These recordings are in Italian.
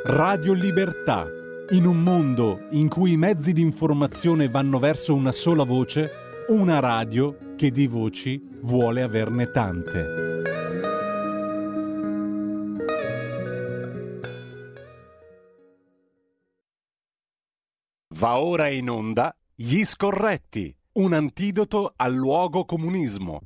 Radio Libertà. In un mondo in cui i mezzi di informazione vanno verso una sola voce, una radio che di voci vuole averne tante. Va ora in onda Gli Scorretti, un antidoto al luogo comunismo.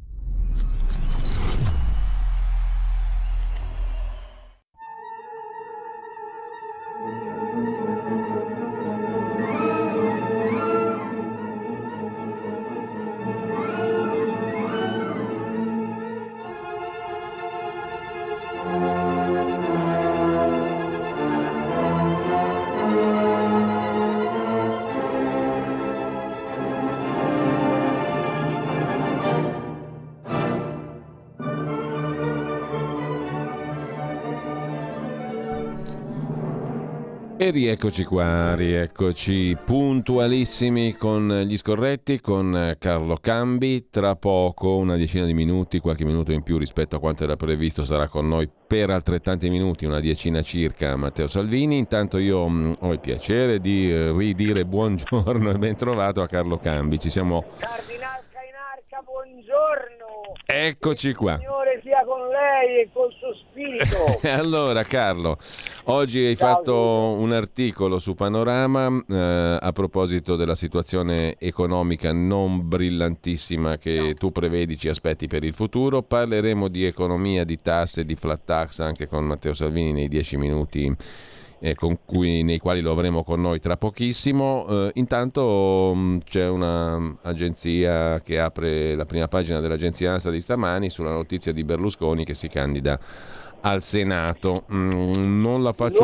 E rieccoci qua, rieccoci puntualissimi con gli scorretti, con Carlo Cambi. Tra poco, una decina di minuti, qualche minuto in più rispetto a quanto era previsto, sarà con noi per altrettanti minuti, una decina circa, Matteo Salvini. Intanto io ho il piacere di ridire buongiorno e ben trovato a Carlo Cambi. Ci siamo... Cardinal Cainarca, buongiorno! Eccoci qua. Il Signore sia con lei e col suo spirito. Allora Carlo, oggi hai fatto un articolo su Panorama a proposito della situazione economica non brillantissima che tu prevedi, ci aspetti per il futuro. Parleremo di economia, di tasse, di flat tax anche con Matteo Salvini nei 10 minuti nei quali lo avremo con noi tra pochissimo. Intanto c'è un'agenzia che apre la prima pagina dell'agenzia ANSA di stamani sulla notizia di Berlusconi che si candida al Senato. Non la faccio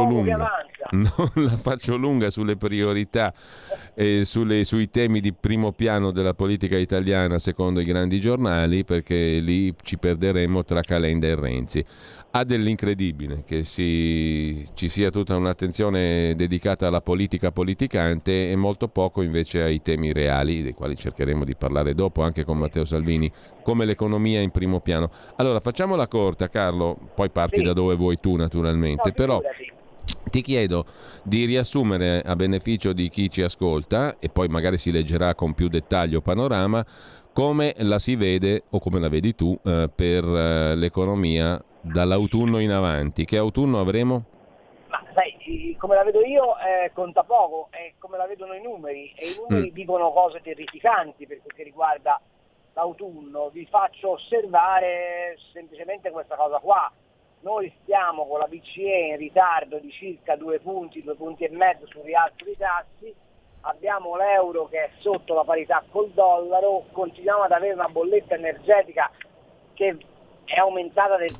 lunga sulle priorità e sui temi di primo piano della politica italiana secondo i grandi giornali, perché lì ci perderemo tra Calenda e Renzi. Ha dell'incredibile che ci sia tutta un'attenzione dedicata alla politica politicante e molto poco invece ai temi reali, dei quali cercheremo di parlare dopo anche con Matteo Salvini, come l'economia in primo piano. Allora facciamola corta, Carlo, poi parti da dove vuoi tu naturalmente, però ti chiedo di riassumere a beneficio di chi ci ascolta e poi magari si leggerà con più dettaglio Panorama, come la si vede o come la vedi tu per l'economia dall'autunno in avanti. Che autunno avremo? Ma sai, come la vedo io conta poco, è come la vedono i numeri, e i numeri dicono cose terrificanti per quel che riguarda l'autunno. Vi faccio osservare semplicemente questa cosa qua. Noi stiamo con la BCE in ritardo di circa 2 punti e mezzo sul rialzo dei tassi, abbiamo l'euro che è sotto la parità col dollaro, continuiamo ad avere una bolletta energetica che è aumentata del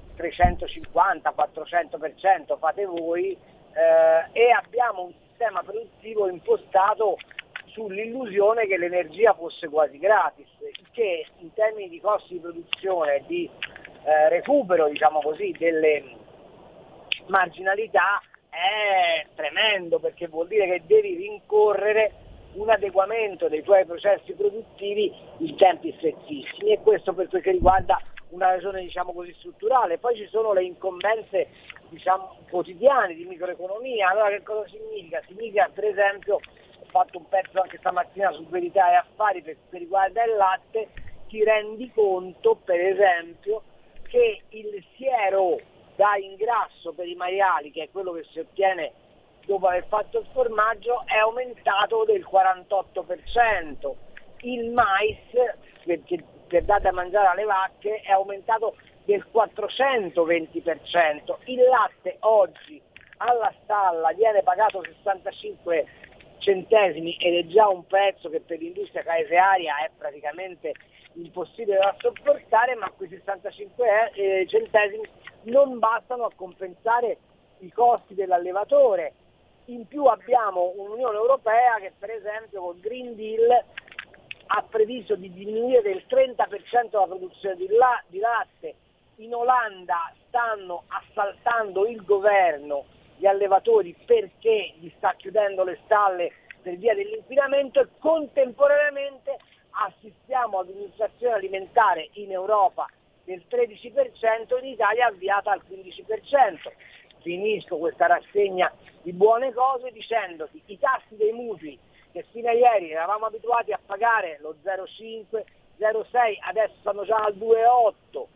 350-400%, fate voi, e abbiamo un sistema produttivo impostato sull'illusione che l'energia fosse quasi gratis, che in termini di costi di produzione, di recupero, diciamo così, delle marginalità è tremendo, perché vuol dire che devi rincorrere un adeguamento dei tuoi processi produttivi in tempi strettissimi, e questo per quel che riguarda una ragione, diciamo così, strutturale. Poi ci sono le incombenze, diciamo, quotidiane di microeconomia. Allora che cosa significa? Significa, per esempio, ho fatto un pezzo anche stamattina su Verità e Affari per quel che riguarda il latte, ti rendi conto per esempio che il siero da ingrasso per i maiali, che è quello che si ottiene dopo aver fatto il formaggio, è aumentato del 48%, il mais per dare da mangiare alle vacche è aumentato del 420%, il latte oggi alla stalla viene pagato 65 centesimi ed è già un prezzo che per l'industria casearia è praticamente impossibile da sopportare, ma quei 65 centesimi non bastano a compensare i costi dell'allevatore. In più abbiamo un'Unione Europea che per esempio col Green Deal ha previsto di diminuire del 30% la produzione di latte. In Olanda stanno assaltando il governo, gli allevatori, perché gli sta chiudendo le stalle per via dell'inquinamento, e contemporaneamente assistiamo ad un'inflazione alimentare in Europa del 13%, in Italia avviata al 15%. finisco questa rassegna di buone cose dicendoti i tassi dei mutui che fino a ieri eravamo abituati a pagare lo 0,5, 0,6, adesso stanno già al 2,8.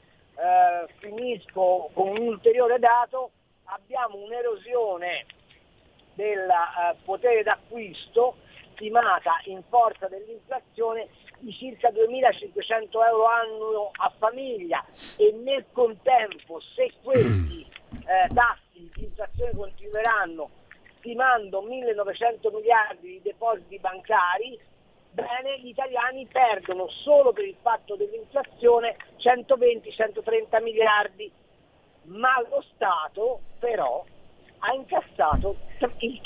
Finisco con un ulteriore dato, abbiamo un'erosione del potere d'acquisto stimata in forza dell'inflazione di circa 2.500 euro annuo a famiglia, e nel contempo, se questi tassi di inflazione continueranno, stimando 1.900 miliardi di depositi bancari, bene, gli italiani perdono solo per il fatto dell'inflazione 120-130 miliardi, ma lo Stato però ha incassato il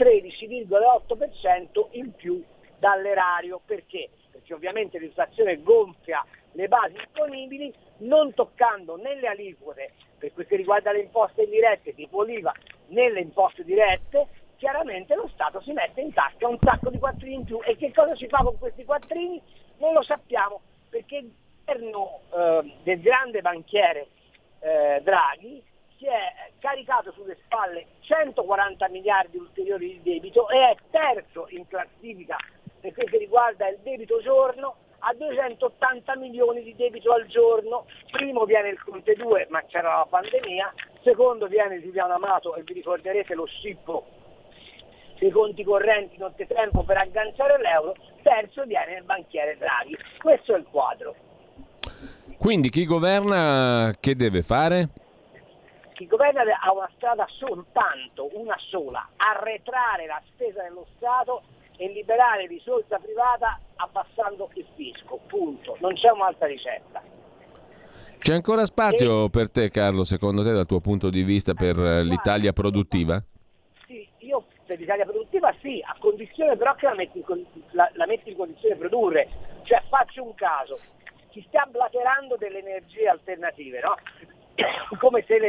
13,8% in più dall'erario. Perché? Perché ovviamente l'inflazione gonfia le basi disponibili, non toccando né le aliquote per quel che riguarda le imposte indirette tipo l'IVA, né le imposte dirette. Chiaramente lo Stato si mette in tasca un sacco di quattrini in più, e che cosa ci fa con questi quattrini non lo sappiamo, perché il governo del grande banchiere Draghi si è caricato sulle spalle 140 miliardi ulteriori di debito e è terzo in classifica per quel che riguarda il debito giorno, a 280 milioni di debito al giorno. Primo viene il Conte 2, ma c'era la pandemia, secondo viene Giuliano Amato, e vi ricorderete lo scippo dei conti correnti nottetempo per agganciare l'euro, terzo viene il banchiere Draghi. Questo è il quadro. Quindi chi governa che deve fare? Chi governa ha una strada soltanto, una sola: arretrare la spesa dello Stato e liberare risorsa privata abbassando il fisco, punto, non c'è un'altra ricetta. C'è ancora spazio per te, Carlo, secondo te, dal tuo punto di vista, per l'Italia produttiva? Sì, io per l'Italia produttiva sì, a condizione però che la metti in condizione di produrre. Cioè, faccio un caso: chi sta blaterando delle energie alternative, no? Come se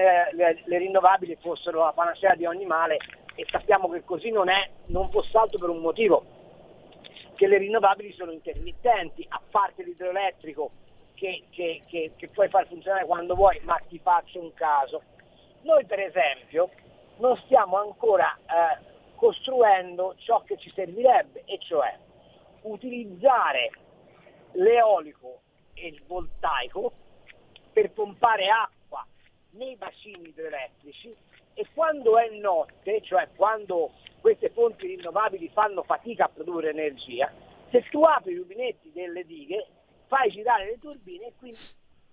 le rinnovabili fossero la panacea di ogni male, e sappiamo che così non è, non fosse altro per un motivo: che le rinnovabili sono intermittenti, a parte l'idroelettrico che puoi far funzionare quando vuoi. Ma ti faccio un caso: noi per esempio non stiamo ancora costruendo ciò che ci servirebbe, e cioè utilizzare l'eolico e il voltaico per pompare acqua nei bacini idroelettrici, e quando è notte, cioè quando queste fonti rinnovabili fanno fatica a produrre energia, se tu apri i rubinetti delle dighe, fai girare le turbine e quindi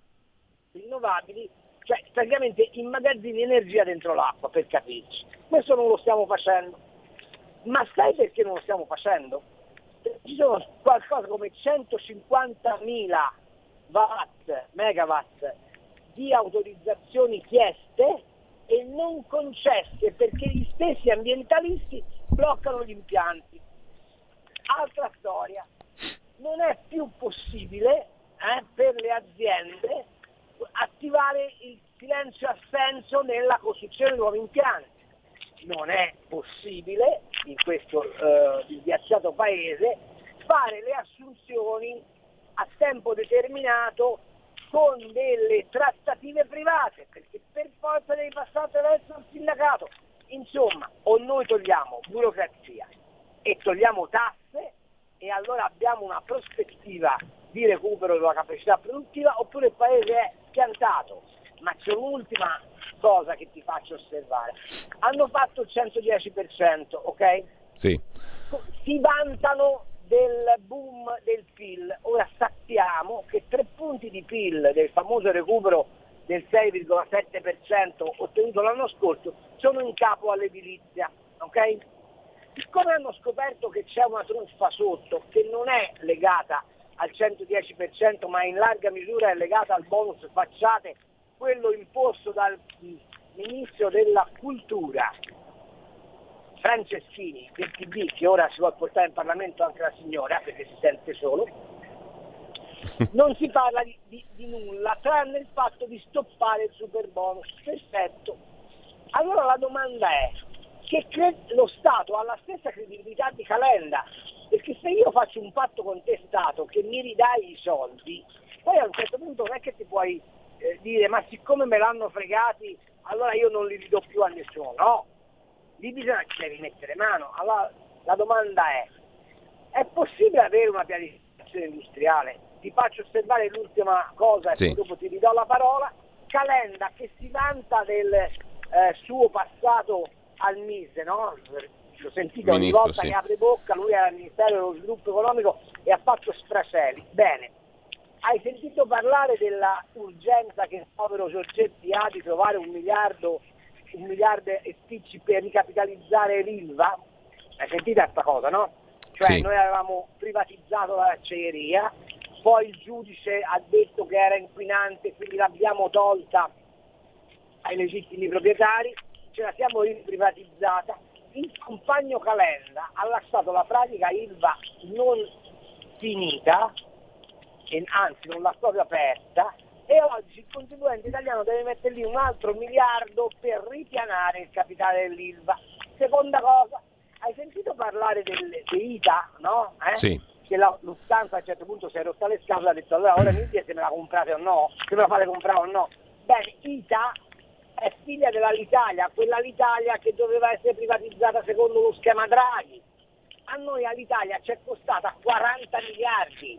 rinnovabili, cioè praticamente immagazzini energia dentro l'acqua, per capirci. Questo non lo stiamo facendo. Ma sai perché non lo stiamo facendo? Ci sono qualcosa come 150.000 megawatt di autorizzazioni chieste e non concesse, perché gli stessi ambientalisti bloccano gli impianti. Altra storia: non è più possibile per le aziende attivare il silenzio assenso nella costruzione di nuovi impianti. Non è possibile in questo disghiacciato paese fare le assunzioni a tempo determinato con delle trattative private, perché per forza devi passare attraverso il sindacato. Insomma, o noi togliamo burocrazia e togliamo tasse, e allora abbiamo una prospettiva di recupero della capacità produttiva, oppure il paese è piantato. Ma c'è un'ultima cosa che ti faccio osservare: hanno fatto il 110%, ok? Sì. Si vantano del boom del PIL. Ora sappiamo che 3 punti di PIL del famoso recupero del 6,7% ottenuto l'anno scorso sono in capo all'edilizia, ok? Siccome hanno scoperto che c'è una truffa sotto, che non è legata al 110%, ma in larga misura è legata al bonus facciate, quello imposto dal ministro della cultura Franceschini del PD, che ora si vuole portare in Parlamento anche la signora perché si sente solo, non si parla di nulla tranne il fatto di stoppare il super bonus. Perfetto. Allora la domanda è: che lo Stato ha la stessa credibilità di Calenda? Perché se io faccio un patto con te Stato che mi ridai i soldi, poi a un certo punto non è che ti puoi dire: ma siccome me l'hanno fregati allora io non li ridò più a nessuno, no, lì bisogna ci devi mettere mano. Allora la domanda è possibile avere una pianificazione industriale? Ti faccio osservare l'ultima cosa e sì, poi dopo ti ridò la parola. Calenda, che si vanta del suo passato al MISE, no? Lo sentite ogni Ministro, volta sì. che apre bocca, lui era al Ministero dello Sviluppo Economico e ha fatto straceli. Bene, hai sentito parlare della urgenza che il povero Giorgetti ha di trovare 1 miliardo e spicci per ricapitalizzare l'Ilva? Hai sentito questa cosa, no? Cioè Sì. noi avevamo privatizzato l'acciaieria, poi il giudice ha detto che era inquinante, quindi l'abbiamo tolta ai legittimi proprietari, ce la siamo riprivatizzata. Il compagno Calenda ha lasciato la pratica Ilva non finita, e anzi non l'ha proprio aperta, e oggi il contribuente italiano deve mettere lì 1 miliardo per ripianare il capitale dell'Ilva. Seconda cosa, hai sentito parlare dell'ITA, no? Sì. Che la Lufthansa a un certo punto si è rotta le scatole e ha detto allora ora mi dite se me la comprate o no, se me la fate comprare o no. Bene, ITA è figlia dell'Alitalia, quella Alitalia che doveva essere privatizzata secondo lo schema Draghi. A noi all'Italia ci è costata 40 miliardi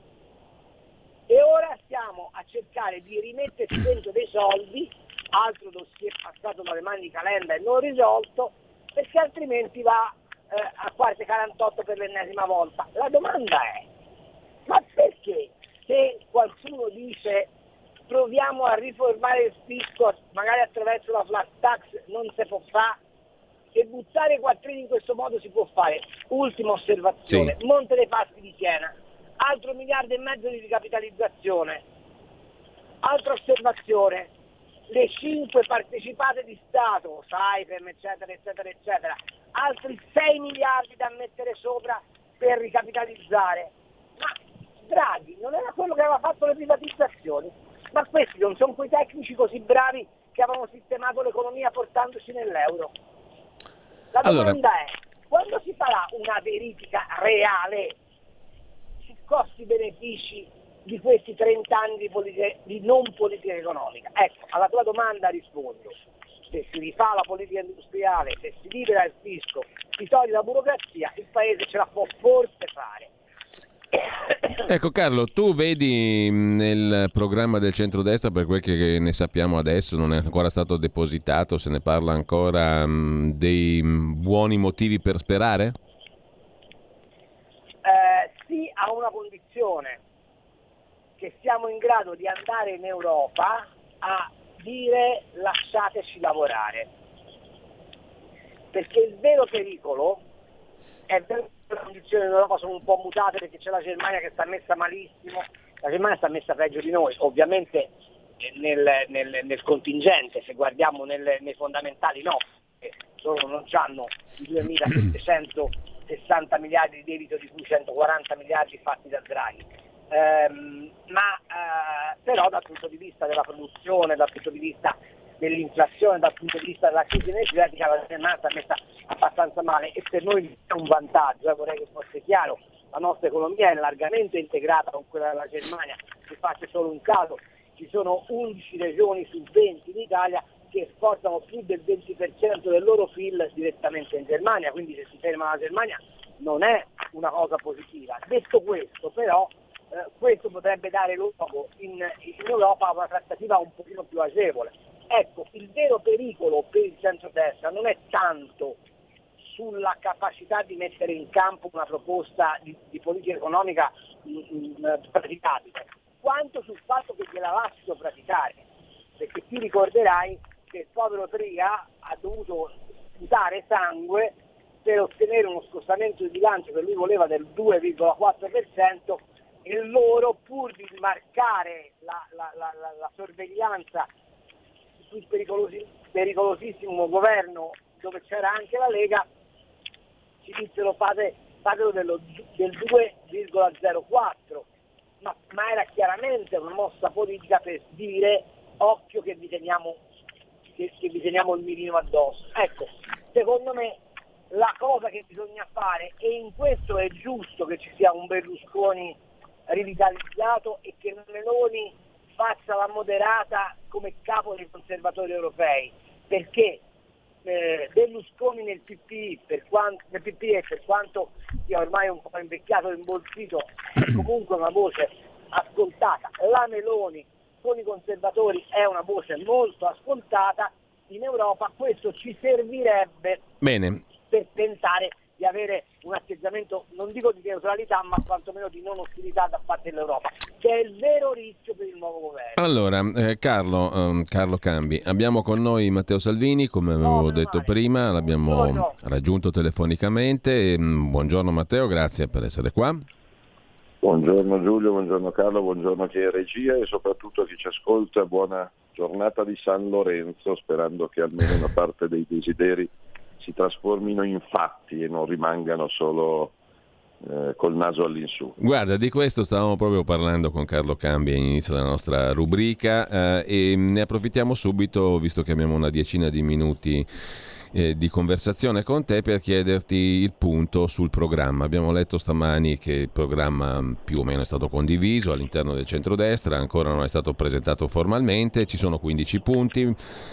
e ora stiamo a cercare di rimetterci dentro dei soldi, altro dossier passato dalle mani di Calenda e non risolto, perché altrimenti va a quasi 48 per l'ennesima volta. La domanda è, ma perché se qualcuno dice proviamo a riformare il fisco magari attraverso la flat tax non si può fare e buttare i quattrini in questo modo si può fare? Ultima osservazione, Sì. Monte dei Paschi di Siena, altro 1,5 miliardi di ricapitalizzazione. Altra osservazione, le 5 partecipate di Stato, Saipem eccetera eccetera eccetera, altri 6 miliardi da mettere sopra per ricapitalizzare. Ma Draghi non era quello che aveva fatto le privatizzazioni? Ma questi non sono quei tecnici così bravi che avevano sistemato l'economia portandoci nell'euro? La domanda è, quando si farà una verifica reale su costi-benefici di questi 30 anni di non politica economica? Ecco, alla tua domanda rispondo. Se si rifà la politica industriale, se si libera il fisco, si toglie la burocrazia, il Paese ce la può forse fare. Ecco Carlo, tu vedi nel programma del centrodestra, per quel che ne sappiamo adesso, non è ancora stato depositato, se ne parla ancora, dei buoni motivi per sperare? Sì, a una condizione, che siamo in grado di andare in Europa a dire lasciateci lavorare, perché il vero pericolo è vero che le condizioni in Europa sono un po' mutate perché c'è la Germania che sta messa malissimo, la Germania sta messa peggio di noi, ovviamente nel contingente, se guardiamo nei fondamentali no, loro non hanno i 2.760 miliardi di debito di cui 140 miliardi fatti da Draghi. Però dal punto di vista della produzione, dal punto di vista dell'inflazione, dal punto di vista della crisi energetica, la Germania sta messa abbastanza male e per noi è un vantaggio, vorrei che fosse chiaro, la nostra economia è largamente integrata con quella della Germania. Vi faccio solo un caso, ci sono 11 regioni su 20 in Italia che esportano più del 20% del loro PIL direttamente in Germania, quindi se si ferma la Germania non è una cosa positiva. Detto questo però, questo potrebbe dare luogo in Europa a una trattativa un pochino più agevole. Ecco, il vero pericolo per il centrodestra non è tanto sulla capacità di mettere in campo una proposta di politica economica praticabile, quanto sul fatto che gliela lascio praticare, perché ti ricorderai che il povero Tria ha dovuto sputare sangue per ottenere uno scostamento di bilancio che lui voleva del 2,4%, e loro, pur di marcare la sorveglianza sul pericolosissimo governo dove c'era anche la Lega, ci dissero fatelo del 2,04%, ma era chiaramente una mossa politica per dire occhio che vi teniamo il mirino addosso. Ecco, secondo me la cosa che bisogna fare, e in questo è giusto che ci sia un Berlusconi rivitalizzato e che Meloni faccia la moderata come capo dei conservatori europei, perché Berlusconi nel PPE, per quanto sia ormai un po' invecchiato e imbolsito, è comunque una voce ascoltata. La Meloni con i conservatori è una voce molto ascoltata. In Europa questo ci servirebbe per tentare di avere un atteggiamento, non dico di neutralità, ma quantomeno di non ostilità da parte dell'Europa, che è il vero rischio per il nuovo governo. Allora, Carlo Cambi, abbiamo con noi Matteo Salvini, come avevo detto prima, l'abbiamo raggiunto telefonicamente. Buongiorno Matteo, grazie per essere qua. Buongiorno Giulio, buongiorno Carlo, buongiorno a chi è in regia e soprattutto a chi ci ascolta. Buona giornata di San Lorenzo, sperando che almeno una parte dei desideri si trasformino in fatti e non rimangano solo col naso all'insù. Guarda, di questo stavamo proprio parlando con Carlo Cambi all'inizio della nostra rubrica e ne approfittiamo subito, visto che abbiamo una decina di minuti di conversazione con te, per chiederti il punto sul programma. Abbiamo letto stamani che il programma più o meno è stato condiviso all'interno del centrodestra, ancora non è stato presentato formalmente, ci sono 15 punti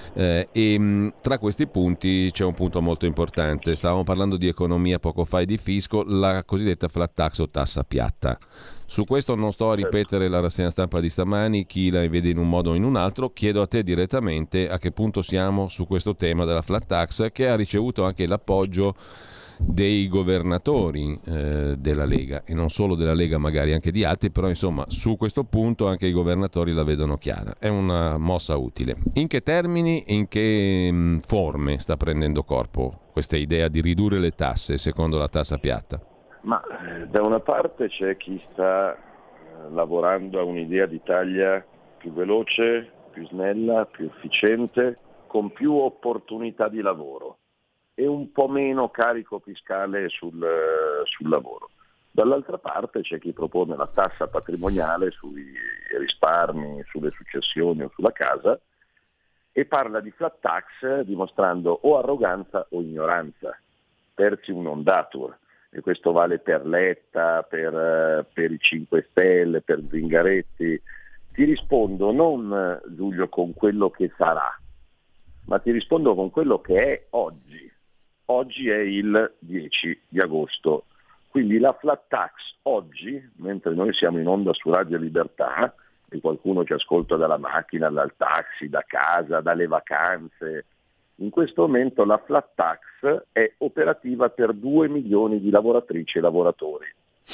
e tra questi punti c'è un punto molto importante. Stavamo parlando di economia poco fa e di fisco, la cosiddetta flat tax o tassa piatta. Su questo non sto a ripetere la rassegna stampa di stamani, chi la vede in un modo o in un altro. Chiedo a te direttamente a che punto siamo su questo tema della flat tax, che ha ricevuto anche l'appoggio dei governatori della Lega, e non solo della Lega, magari anche di altri, però insomma su questo punto anche i governatori la vedono chiara. È una mossa utile. In che termini e in che forme sta prendendo corpo questa idea di ridurre le tasse secondo la tassa piatta? Ma da una parte c'è chi sta lavorando a un'idea d'Italia più veloce, più snella, più efficiente, con più opportunità di lavoro e un po' meno carico fiscale sul lavoro. Dall'altra parte c'è chi propone la tassa patrimoniale sui risparmi, sulle successioni o sulla casa e parla di flat tax dimostrando o arroganza o ignoranza, tertium non datur. E questo vale per Letta, per i 5 Stelle, per Zingaretti. Ti rispondo non, Giulio, con quello che sarà, ma ti rispondo con quello che è oggi. Oggi è il 10 di agosto, quindi la flat tax oggi, mentre noi siamo in onda su Radio Libertà, e qualcuno ci ascolta dalla macchina, dal taxi, da casa, dalle vacanze, in questo momento la flat tax è operativa per 2 milioni di lavoratrici e lavoratori,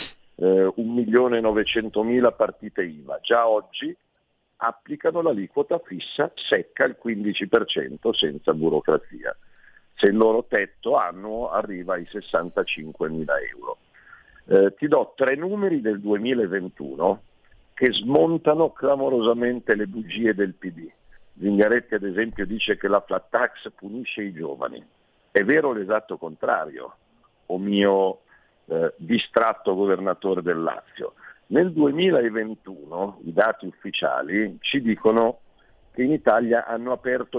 1.900.000 partite IVA. Già oggi applicano l'aliquota fissa secca il 15% senza burocrazia, se il loro tetto annuo arriva ai 65.000 euro. Ti do 3 numeri del 2021 che smontano clamorosamente le bugie del PD. Zingaretti ad esempio dice che la flat tax punisce i giovani. È vero l'esatto contrario, o mio distratto governatore del Lazio. Nel 2021 i dati ufficiali ci dicono che in Italia hanno aperto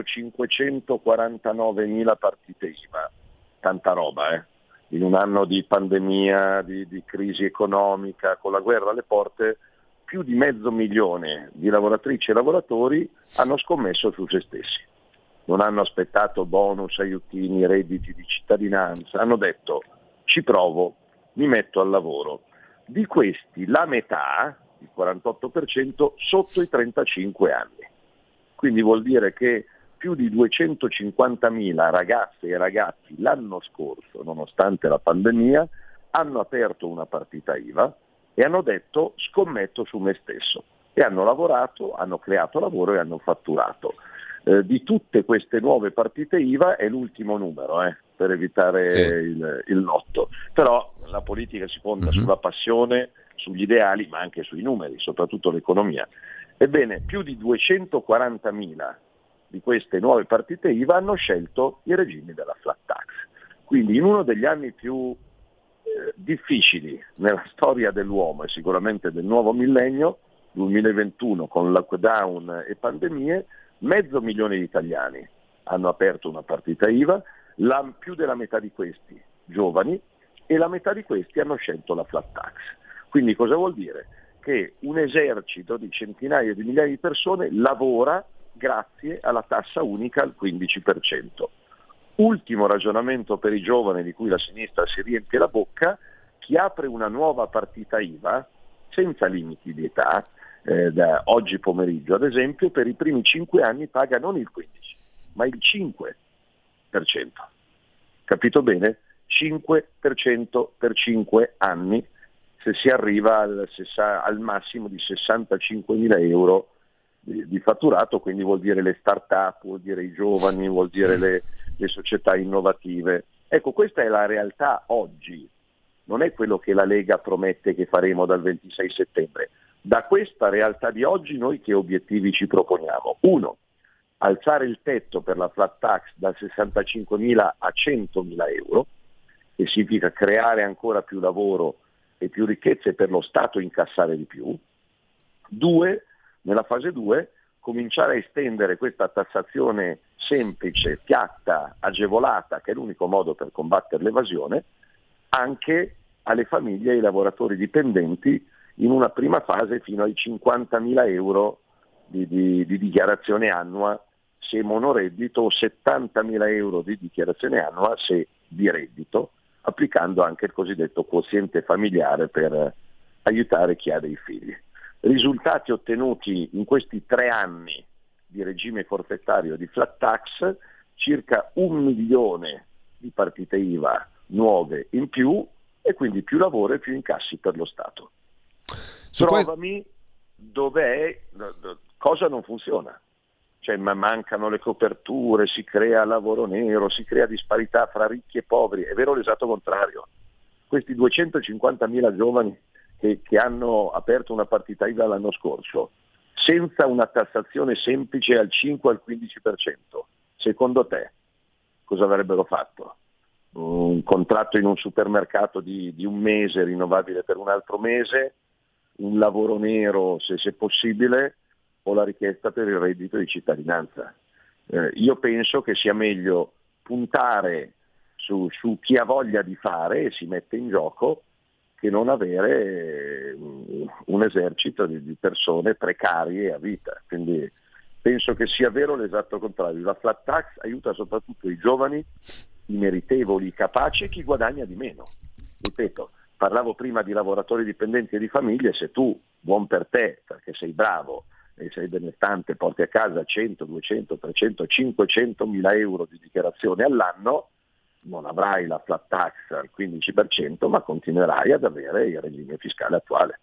549.000 partite IVA, tanta roba, in un anno di pandemia, di crisi economica, con la guerra alle porte. Più di 500.000 di lavoratrici e lavoratori hanno scommesso su se stessi. Non hanno aspettato bonus, aiutini, redditi di cittadinanza, hanno detto ci provo, mi metto al lavoro. Di questi la metà, il 48%, sotto i 35 anni. Quindi vuol dire che più di 250.000 ragazze e ragazzi l'anno scorso, nonostante la pandemia, hanno aperto una partita IVA e hanno detto scommetto su me stesso, e hanno lavorato, hanno creato lavoro e hanno fatturato. Di tutte queste nuove partite IVA è l'ultimo numero, per evitare il lotto, però la politica si fonda sulla passione, sugli ideali, ma anche sui numeri, soprattutto l'economia. Ebbene, più di 240.000 di queste nuove partite IVA hanno scelto i regimi della flat tax. Quindi in uno degli anni più difficili nella storia dell'uomo e sicuramente del nuovo millennio, 2021, con lockdown e pandemie, 500.000 di italiani hanno aperto una partita IVA, più della metà di questi giovani, e la metà di questi hanno scelto la flat tax. Quindi cosa vuol dire? che un esercito di centinaia di migliaia di persone lavora grazie alla tassa unica al 15%. Ultimo ragionamento per i giovani di cui la sinistra si riempie la bocca: chi apre una nuova partita IVA senza limiti di età, da oggi pomeriggio ad esempio, per i primi 5 anni paga non il 15, ma il 5%. Capito bene? 5% per 5 anni, se si arriva al massimo di 65.000 euro di fatturato, quindi vuol dire le start-up, vuol dire i giovani, vuol dire le società innovative. Ecco, questa è la realtà oggi, non è quello che la Lega promette che faremo dal 26 settembre. Da questa realtà di oggi noi che obiettivi ci proponiamo? 1. Alzare il tetto per la flat tax da 65.000 a 100.000 euro, che significa creare ancora più lavoro e più ricchezze per lo Stato incassare di più. 2. Nella fase 2, cominciare a estendere questa tassazione semplice, piatta, agevolata, che è l'unico modo per combattere l'evasione, anche alle famiglie e ai lavoratori dipendenti, in una prima fase fino ai 50.000 euro di dichiarazione annua se monoreddito, o 70.000 euro di dichiarazione annua se di reddito, applicando anche il cosiddetto quoziente familiare per aiutare chi ha dei figli. Risultati ottenuti in questi 3 anni di regime forfettario di flat tax: circa 1 milione di partite IVA nuove in più, e quindi più lavoro e più incassi per lo Stato. Trovami cosa non funziona. Cioè, mancano le coperture, si crea lavoro nero, si crea disparità fra ricchi e poveri. È vero l'esatto contrario. Questi 250.000 giovani che hanno aperto una partita IVA l'anno scorso, senza una tassazione semplice al 5 al 15%, secondo te cosa avrebbero fatto? Un contratto in un supermercato di 1 mese rinnovabile per un altro mese, un lavoro nero se possibile, o la richiesta per il reddito di cittadinanza. Io penso che sia meglio puntare su chi ha voglia di fare e si mette in gioco, che non avere un esercito di persone precarie a vita. Quindi penso che sia vero l'esatto contrario. La flat tax aiuta soprattutto i giovani, i meritevoli, i capaci e chi guadagna di meno. Ripeto, parlavo prima di lavoratori dipendenti e di famiglie. Se tu, buon per te, perché sei bravo e sei benestante, porti a casa 100, 200, 300, 500.000 euro di dichiarazione all'anno, non avrai la flat tax al 15%, ma continuerai ad avere il regime fiscale attuale.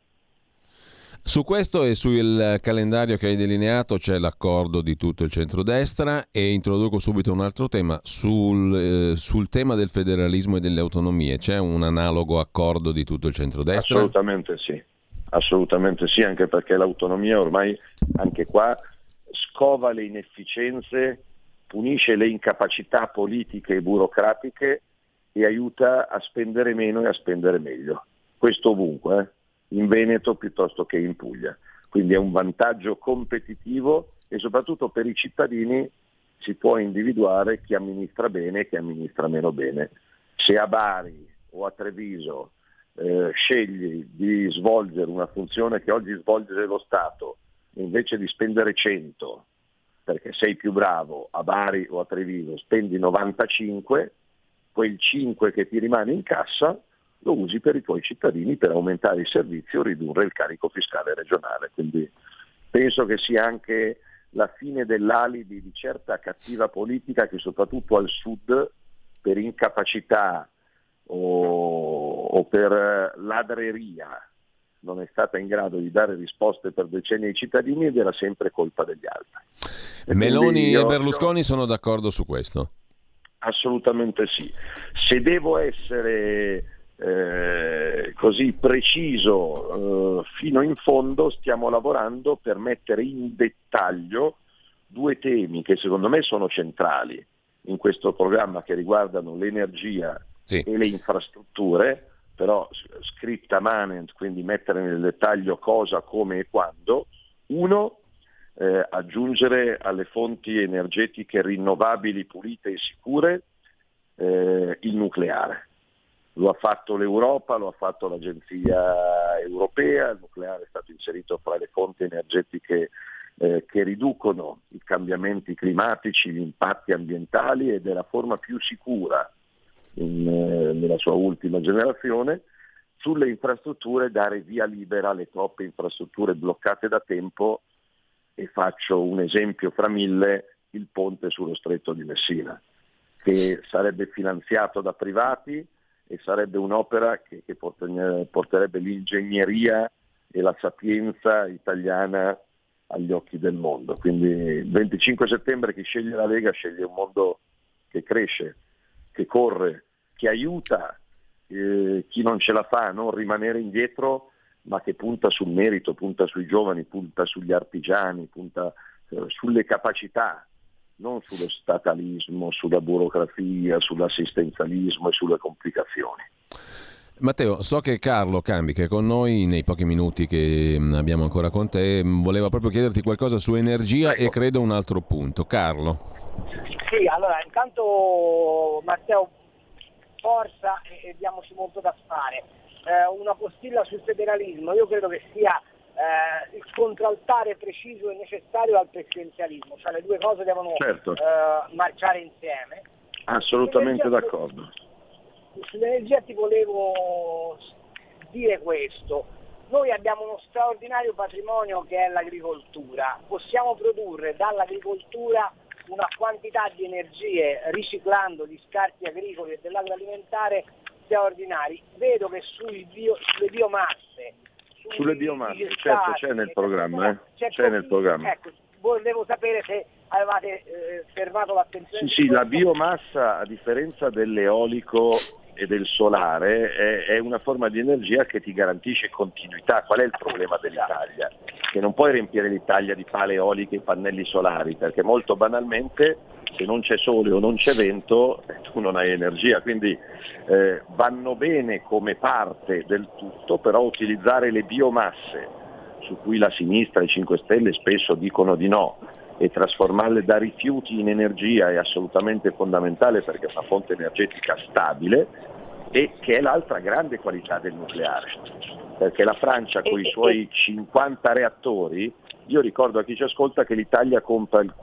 Su questo e sul calendario che hai delineato c'è l'accordo di tutto il centrodestra, e introduco subito un altro tema. Sul tema del federalismo e delle autonomie c'è un analogo accordo di tutto il centrodestra? Assolutamente sì, anche perché l'autonomia ormai anche qua scova le inefficienze, punisce le incapacità politiche e burocratiche e aiuta a spendere meno e a spendere meglio. Questo ovunque, in Veneto piuttosto che in Puglia. Quindi è un vantaggio competitivo, e soprattutto per i cittadini si può individuare chi amministra bene e chi amministra meno bene. Se a Bari o a Treviso scegli di svolgere una funzione che oggi svolge lo Stato, invece di spendere 100 perché sei più bravo, a Bari o a Treviso spendi 95, quel 5 che ti rimane in cassa lo usi per i tuoi cittadini, per aumentare i servizi o ridurre il carico fiscale regionale. Quindi penso che sia anche la fine dell'alibi di certa cattiva politica che soprattutto al sud, per incapacità o per ladreria, non è stata in grado di dare risposte per decenni ai cittadini, ed era sempre colpa degli altri. Meloni e Berlusconi sono d'accordo su questo? Assolutamente sì. Se devo essere così preciso fino in fondo, stiamo lavorando per mettere in dettaglio 2 temi che secondo me sono centrali in questo programma, che riguardano l'energia e le infrastrutture, però scripta manent, quindi mettere nel dettaglio cosa, come e quando. 1, aggiungere alle fonti energetiche rinnovabili, pulite e sicure, il nucleare. Lo ha fatto l'Europa, lo ha fatto l'Agenzia media europea, il nucleare è stato inserito fra le fonti energetiche che riducono i cambiamenti climatici, gli impatti ambientali, ed è la forma più sicura nella sua ultima generazione. Sulle infrastrutture dare via libera alle troppe infrastrutture bloccate da tempo, e faccio un esempio fra mille: il ponte sullo Stretto di Messina, che sarebbe finanziato da privati e sarebbe un'opera che porterebbe l'ingegneria e la sapienza italiana agli occhi del mondo. Quindi il 25 settembre chi sceglie la Lega sceglie un mondo che cresce, che corre, che aiuta chi non ce la fa a non rimanere indietro, ma che punta sul merito, punta sui giovani, punta sugli artigiani, punta sulle capacità, non sullo statalismo, sulla burocrazia, sull'assistenzialismo e sulle complicazioni. Matteo, so che Carlo Cambi, che è con noi nei pochi minuti che abbiamo ancora con te, voleva proprio chiederti qualcosa su energia e credo un altro punto. Carlo. Sì, allora intanto Matteo, forza e diamoci molto da fare. Una postilla sul federalismo, io credo che sia il contraltare preciso e necessario al presidenzialismo, cioè le due cose devono marciare insieme. Assolutamente d'accordo. Sull'energia ti volevo dire questo: noi abbiamo uno straordinario patrimonio che è l'agricoltura, possiamo produrre dall'agricoltura una quantità di energie riciclando gli scarti agricoli e dell'agroalimentare straordinari. Vedo che sulle biomasse, certo, c'è nel programma, c'è nel programma. Ecco, volevo sapere se avevate fermato l'attenzione. Sì, la biomassa, a differenza dell'eolico e del solare, è una forma di energia che ti garantisce continuità. Qual è il problema dell'Italia? Che non puoi riempire l'Italia di pale eoliche e pannelli solari, perché molto banalmente se non c'è sole o non c'è vento tu non hai energia, quindi vanno bene come parte del tutto, però utilizzare le biomasse, su cui la sinistra e i 5 Stelle spesso dicono di no, e trasformarle da rifiuti in energia è assolutamente fondamentale, perché è una fonte energetica stabile, e che è l'altra grande qualità del nucleare, perché la Francia con i suoi 50 reattori, io ricordo a chi ci ascolta che l'Italia compra il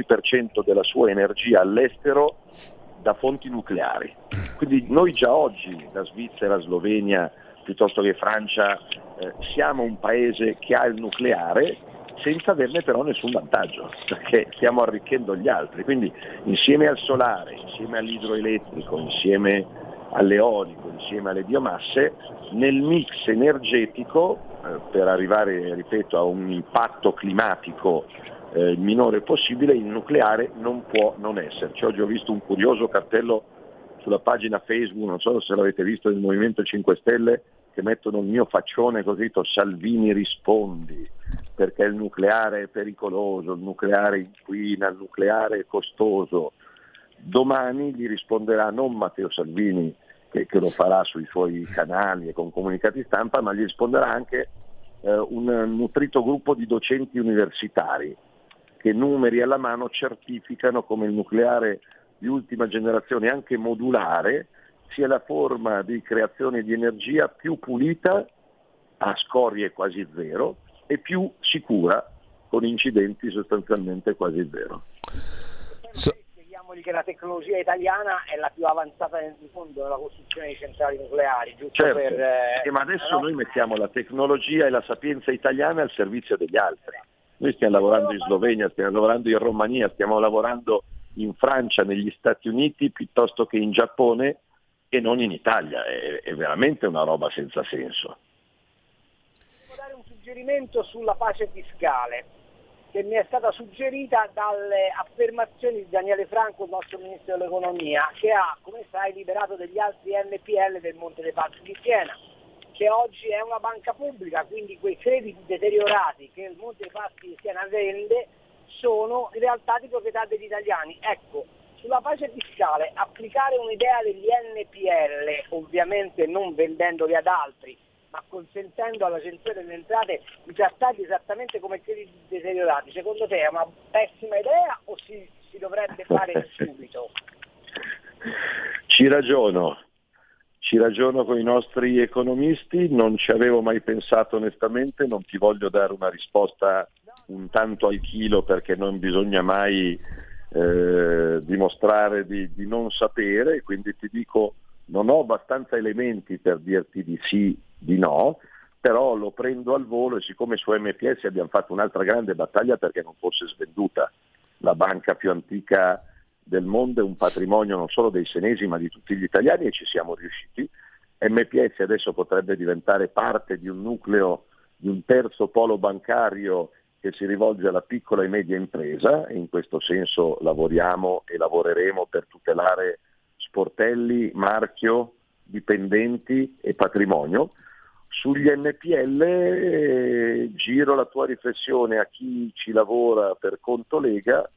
15% della sua energia all'estero da fonti nucleari, quindi noi già oggi, da Svizzera, Slovenia, piuttosto che Francia, siamo un paese che ha il nucleare senza averne però nessun vantaggio, perché stiamo arricchendo gli altri. Quindi insieme al solare, insieme all'idroelettrico, insieme all'eolico, insieme alle biomasse, nel mix energetico, per arrivare, ripeto, a un impatto climatico il minore possibile, il nucleare non può non esserci. Oggi ho visto un curioso cartello sulla pagina Facebook, non so se l'avete visto, del Movimento 5 Stelle, che mettono il mio faccione così: Salvini rispondi, perché il nucleare è pericoloso, il nucleare inquina, il nucleare è costoso. Domani gli risponderà non Matteo Salvini, che lo farà sui suoi canali e con comunicati stampa, ma gli risponderà anche un nutrito gruppo di docenti universitari che, numeri alla mano, certificano come il nucleare di ultima generazione, anche modulare, sia la forma di creazione di energia più pulita, a scorie quasi zero, e più sicura, con incidenti sostanzialmente quasi zero. Spieghiamogli che la tecnologia italiana è la più avanzata nel mondo nella costruzione di centrali nucleari, giusto? Certo, ma adesso noi mettiamo la tecnologia e la sapienza italiana al servizio degli altri. Noi stiamo lavorando in Slovenia, stiamo lavorando in Romania, stiamo lavorando in Francia, negli Stati Uniti, piuttosto che in Giappone, e non in Italia. È veramente una roba senza senso. Devo dare un suggerimento sulla pace fiscale, che mi è stata suggerita dalle affermazioni di Daniele Franco, il nostro Ministro dell'Economia, che ha, come sai, liberato degli altri NPL del Monte dei Paschi di Siena, che oggi è una banca pubblica, quindi quei crediti deteriorati che il Monte dei Paschi di Siena vende sono in realtà di proprietà degli italiani. Ecco, sulla pace fiscale applicare un'idea degli NPL, ovviamente non vendendoli ad altri, ma consentendo all'Agenzia delle Entrate di trattarli esattamente come crediti deteriorati, secondo te è una pessima idea o si dovrebbe fare subito? Ci ragiono. ci ragiono con i nostri economisti, non ci avevo mai pensato onestamente, non ti voglio dare una risposta un tanto al chilo perché non bisogna mai dimostrare di non sapere, quindi ti dico non ho abbastanza elementi per dirti di sì, di no, però lo prendo al volo e siccome su MPS abbiamo fatto un'altra grande battaglia perché non fosse svenduta, la banca più antica del mondo è un patrimonio non solo dei senesi ma di tutti gli italiani e ci siamo riusciti. MPS adesso potrebbe diventare parte di un nucleo, di un terzo polo bancario che si rivolge alla piccola e media impresa e in questo senso lavoriamo e lavoreremo per tutelare sportelli, marchio, dipendenti e patrimonio. Sugli NPL giro la tua riflessione a chi ci lavora per conto Lega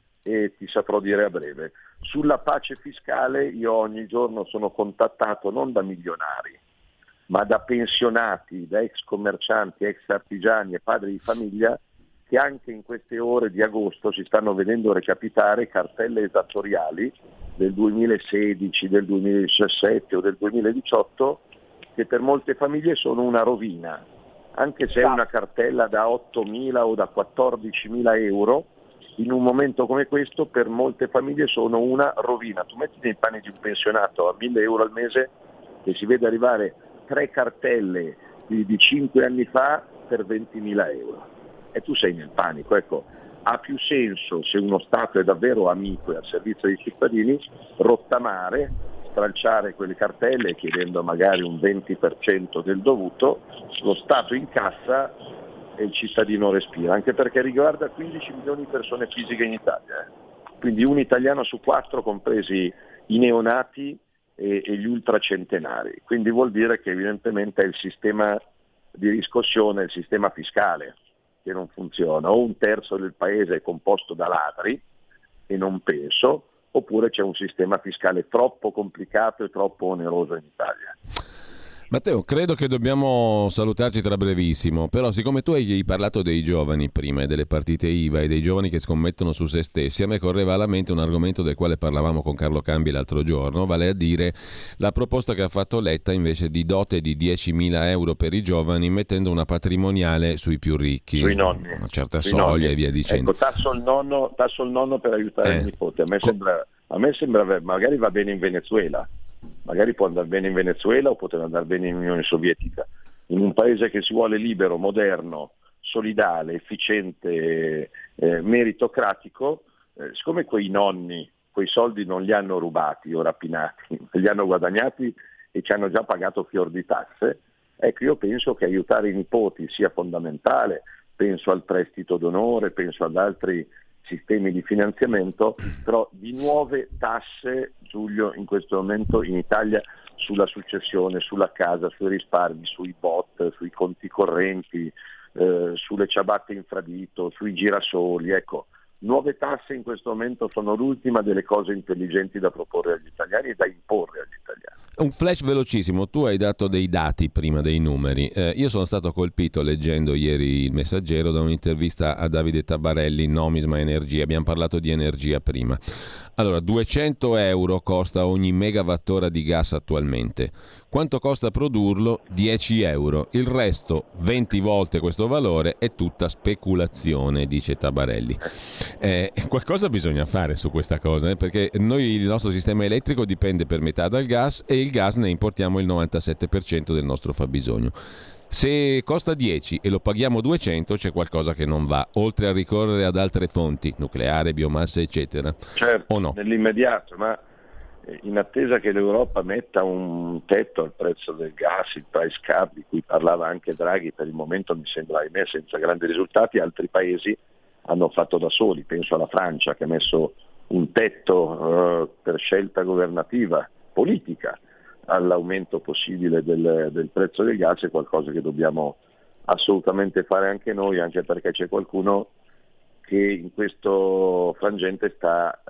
e ti saprò dire a breve. Sulla pace fiscale io ogni giorno sono contattato non da milionari, ma da pensionati, da ex commercianti, ex artigiani e padri di famiglia che anche in queste ore di agosto si stanno vedendo recapitare cartelle esattoriali del 2016, del 2017 o del 2018 che per molte famiglie sono una rovina, anche se è una cartella da 8.000 o da 14.000 euro, in un momento come questo per molte famiglie sono una rovina. Tu metti nei panni di un pensionato a 1.000 euro al mese che si vede arrivare 3 cartelle di 5 anni fa per 20.000 euro e tu sei nel panico. Ecco, ha più senso, se uno Stato è davvero amico e al servizio dei cittadini, rottamare, stralciare quelle cartelle chiedendo magari un 20% del dovuto, lo Stato incassa e il cittadino respira, anche perché riguarda 15 milioni di persone fisiche in Italia, quindi un italiano su 4, compresi i neonati e gli ultracentenari, quindi vuol dire che evidentemente è il sistema di riscossione, il sistema fiscale che non funziona, o un terzo del paese è composto da ladri e non penso, oppure c'è un sistema fiscale troppo complicato e troppo oneroso in Italia. Matteo, credo che dobbiamo salutarci tra brevissimo, però siccome tu hai parlato dei giovani prima e delle partite IVA e dei giovani che scommettono su se stessi, a me correva alla mente un argomento del quale parlavamo con Carlo Cambi l'altro giorno, vale a dire la proposta che ha fatto Letta invece di dote di 10.000 euro per i giovani mettendo una patrimoniale sui più ricchi, sui nonni, una certa sui soglia nonni. E via dicendo. Ecco, tasso il nonno per aiutare il nipote, a me sembra magari va bene in Venezuela. Magari può andare bene in Venezuela o poteva andare bene in Unione Sovietica. In un paese che si vuole libero, moderno, solidale, efficiente, meritocratico, siccome quei nonni, quei soldi non li hanno rubati o rapinati, li hanno guadagnati e ci hanno già pagato fior di tasse, ecco, io penso che aiutare i nipoti sia fondamentale, penso al prestito d'onore, penso ad altri sistemi di finanziamento, però di nuove tasse, Giulio, in questo momento in Italia sulla successione, sulla casa, sui risparmi, sui bot, sui conti correnti, sulle ciabatte infradito, sui girasoli, ecco, nuove tasse in questo momento sono l'ultima delle cose intelligenti da proporre agli italiani e da imporre agli italiani. Un flash velocissimo, tu hai dato dei dati prima, dei numeri. Io sono stato colpito leggendo ieri Il Messaggero da un'intervista a Davide Tabarelli, Nomisma Energia, abbiamo parlato di energia prima. Allora, 200 euro costa ogni megawattora di gas attualmente. Quanto costa produrlo? 10 euro. Il resto, 20 volte questo valore, è tutta speculazione, dice Tabarelli. Qualcosa bisogna fare su questa cosa, perché il nostro sistema elettrico dipende per metà dal gas e il gas ne importiamo il 97% del nostro fabbisogno. Se costa 10 e lo paghiamo 200 c'è qualcosa che non va, oltre a ricorrere ad altre fonti, nucleare, biomassa, eccetera. Certo, o no? Nell'immediato, ma in attesa che l'Europa metta un tetto al prezzo del gas, il price cap di cui parlava anche Draghi, per il momento mi sembra, ahimè, senza grandi risultati, altri paesi hanno fatto da soli, penso alla Francia che ha messo un tetto per scelta governativa, politica, all'aumento possibile del prezzo del gas, è qualcosa che dobbiamo assolutamente fare anche noi, anche perché c'è qualcuno che in questo frangente sta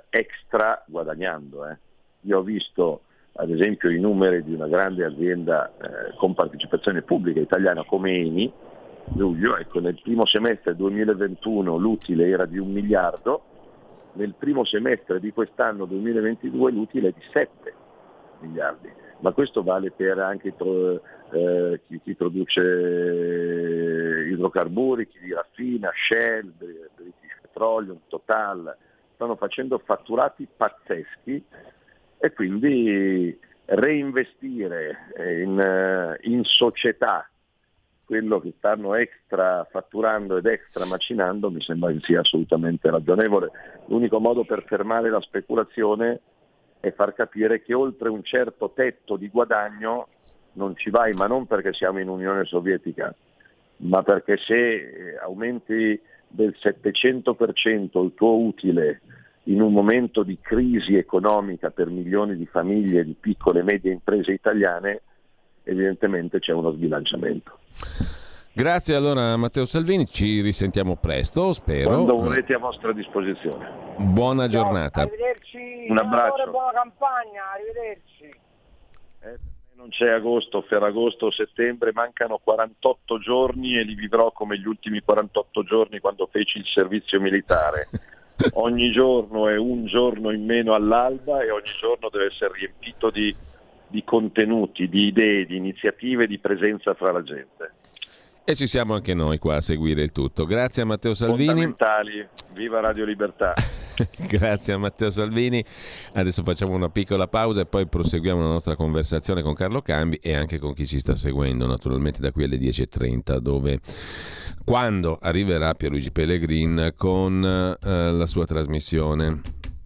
extra guadagnando. Io ho visto ad esempio i numeri di una grande azienda con partecipazione pubblica italiana come Eni, Giulio, ecco, nel primo semestre 2021 l'utile era di 1 miliardo, nel primo semestre di quest'anno 2022 l'utile è di 7 miliardi. ma questo vale per anche chi produce idrocarburi, chi li raffina, Shell, British Petroleum, Total, stanno facendo fatturati pazzeschi, e quindi reinvestire in società quello che stanno extra fatturando ed extra macinando mi sembra che sia assolutamente ragionevole. L'unico modo per fermare la speculazione è far capire che oltre un certo tetto di guadagno non ci vai, ma non perché siamo in Unione Sovietica, ma perché se aumenti del 700% il tuo utile in un momento di crisi economica per milioni di famiglie, di piccole e medie imprese italiane, evidentemente c'è uno sbilanciamento. Grazie allora Matteo Salvini, ci risentiamo presto, spero. Quando volete, a vostra disposizione. Buona giornata. Arrivederci, un abbraccio. Buona campagna, arrivederci. Non c'è agosto, Ferragosto o settembre, mancano 48 giorni e li vivrò come gli ultimi 48 giorni quando feci il servizio militare. Ogni giorno è un giorno in meno all'alba e ogni giorno deve essere riempito di contenuti, di idee, di iniziative, di presenza fra la gente. E ci siamo anche noi qua a seguire il tutto. Grazie a Matteo Salvini. Fondamentali, viva Radio Libertà. Grazie a Matteo Salvini. Adesso facciamo una piccola pausa e poi proseguiamo la nostra conversazione con Carlo Cambi e anche con chi ci sta seguendo, naturalmente da qui alle 10.30, dove quando arriverà Pierluigi Pellegrin con la sua trasmissione.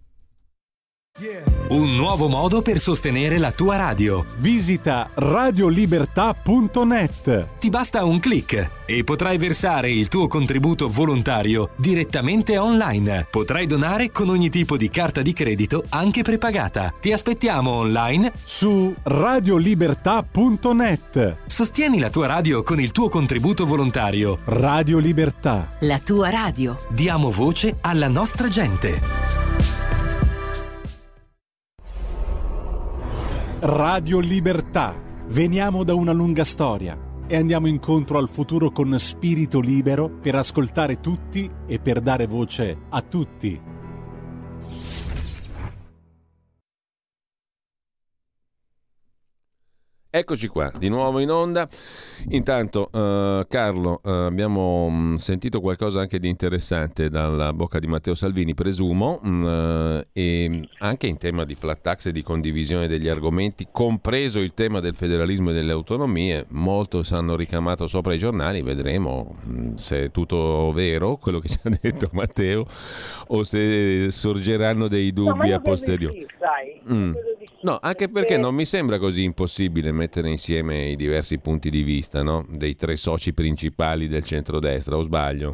Un nuovo modo per sostenere la tua radio. Visita radiolibertà.net. Ti basta un click e potrai versare il tuo contributo volontario direttamente online. Potrai donare con ogni tipo di carta di credito, anche prepagata. Ti aspettiamo online su radiolibertà.net. Sostieni la tua radio con il tuo contributo volontario. Radio Libertà. La tua radio. Diamo voce alla nostra gente. Radio Libertà. Veniamo da una lunga storia e andiamo incontro al futuro con spirito libero per ascoltare tutti e per dare voce a tutti. Eccoci qua, di nuovo in onda. Intanto, Carlo, abbiamo sentito qualcosa anche di interessante dalla bocca di Matteo Salvini, presumo, e anche in tema di flat tax e di condivisione degli argomenti, compreso il tema del federalismo e delle autonomie. Molto si hanno ricamato sopra i giornali, vedremo se è tutto vero quello che ci ha detto Matteo o se sorgeranno dei dubbi a posteriori. No, anche perché non mi sembra così impossibile mettere insieme i diversi punti di vista, no? Dei tre soci principali del centrodestra, o sbaglio?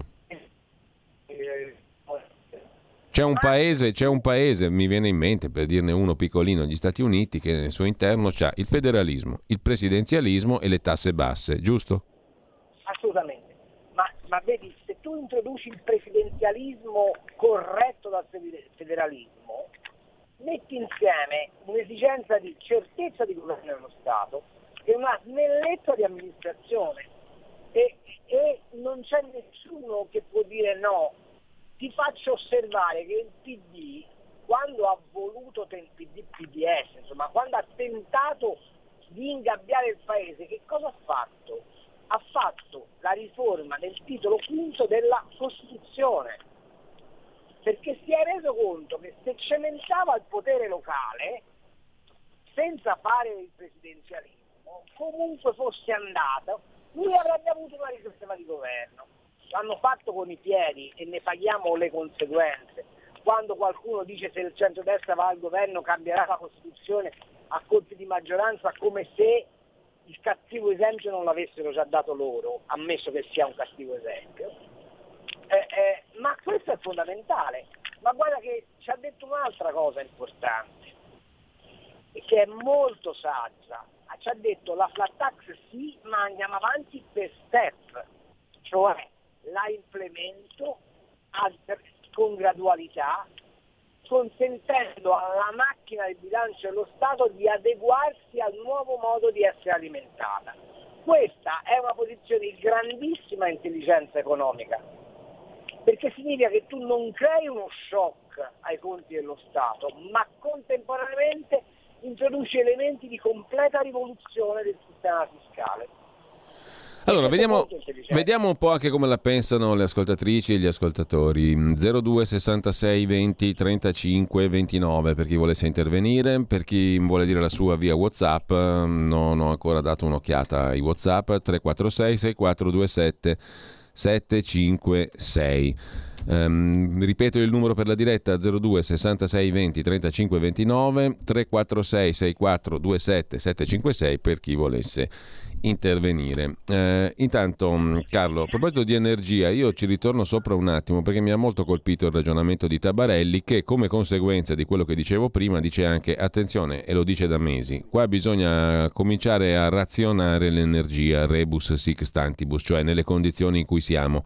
C'è un paese, mi viene in mente, per dirne uno piccolino, gli Stati Uniti, che nel suo interno c'ha il federalismo, il presidenzialismo e le tasse basse, giusto? Assolutamente, ma vedi, se tu introduci il presidenzialismo corretto dal federalismo, metti insieme un'esigenza di certezza di governo dello Stato e una snellezza di amministrazione e non c'è nessuno che può dire no. Ti faccio osservare che il PD, quando ha voluto PDS, insomma, quando ha tentato di ingabbiare il paese, che cosa ha fatto? Ha fatto la riforma del titolo quinto della Costituzione, perché si è reso conto che se cementava il potere locale senza fare il presidenzialismo, comunque fosse andato, lui avrebbe avuto una riserva di governo. L'hanno fatto con i piedi e ne paghiamo le conseguenze. Quando qualcuno dice se il centrodestra va al governo cambierà la Costituzione a colpi di maggioranza, come se il cattivo esempio non l'avessero già dato loro, ammesso che sia un cattivo esempio. Ma questo è fondamentale. Ma guarda che ci ha detto un'altra cosa importante e che è molto saggia. Ci ha detto la flat tax sì, ma andiamo avanti per step, cioè la implemento con gradualità, consentendo alla macchina del bilancio dello Stato di adeguarsi al nuovo modo di essere alimentata. Questa è una posizione di grandissima intelligenza economica, perché significa che tu non crei uno shock ai conti dello Stato, ma contemporaneamente introduce elementi di completa rivoluzione del sistema fiscale. Allora, vediamo un po' anche come la pensano le ascoltatrici e gli ascoltatori. 02 66 20 35 29 per chi volesse intervenire, per chi vuole dire la sua via WhatsApp, non ho ancora dato un'occhiata ai WhatsApp, 346 6427 756. Ripeto il numero per la diretta: 02 66 20 35 29, 346 6427 756 per chi volesse intervenire. Intanto, Carlo, a proposito di energia, io ci ritorno sopra un attimo perché mi ha molto colpito il ragionamento di Tabarelli, che come conseguenza di quello che dicevo prima dice anche: attenzione, e lo dice da mesi, qua bisogna cominciare a razionare l'energia rebus sic stantibus, cioè nelle condizioni in cui siamo,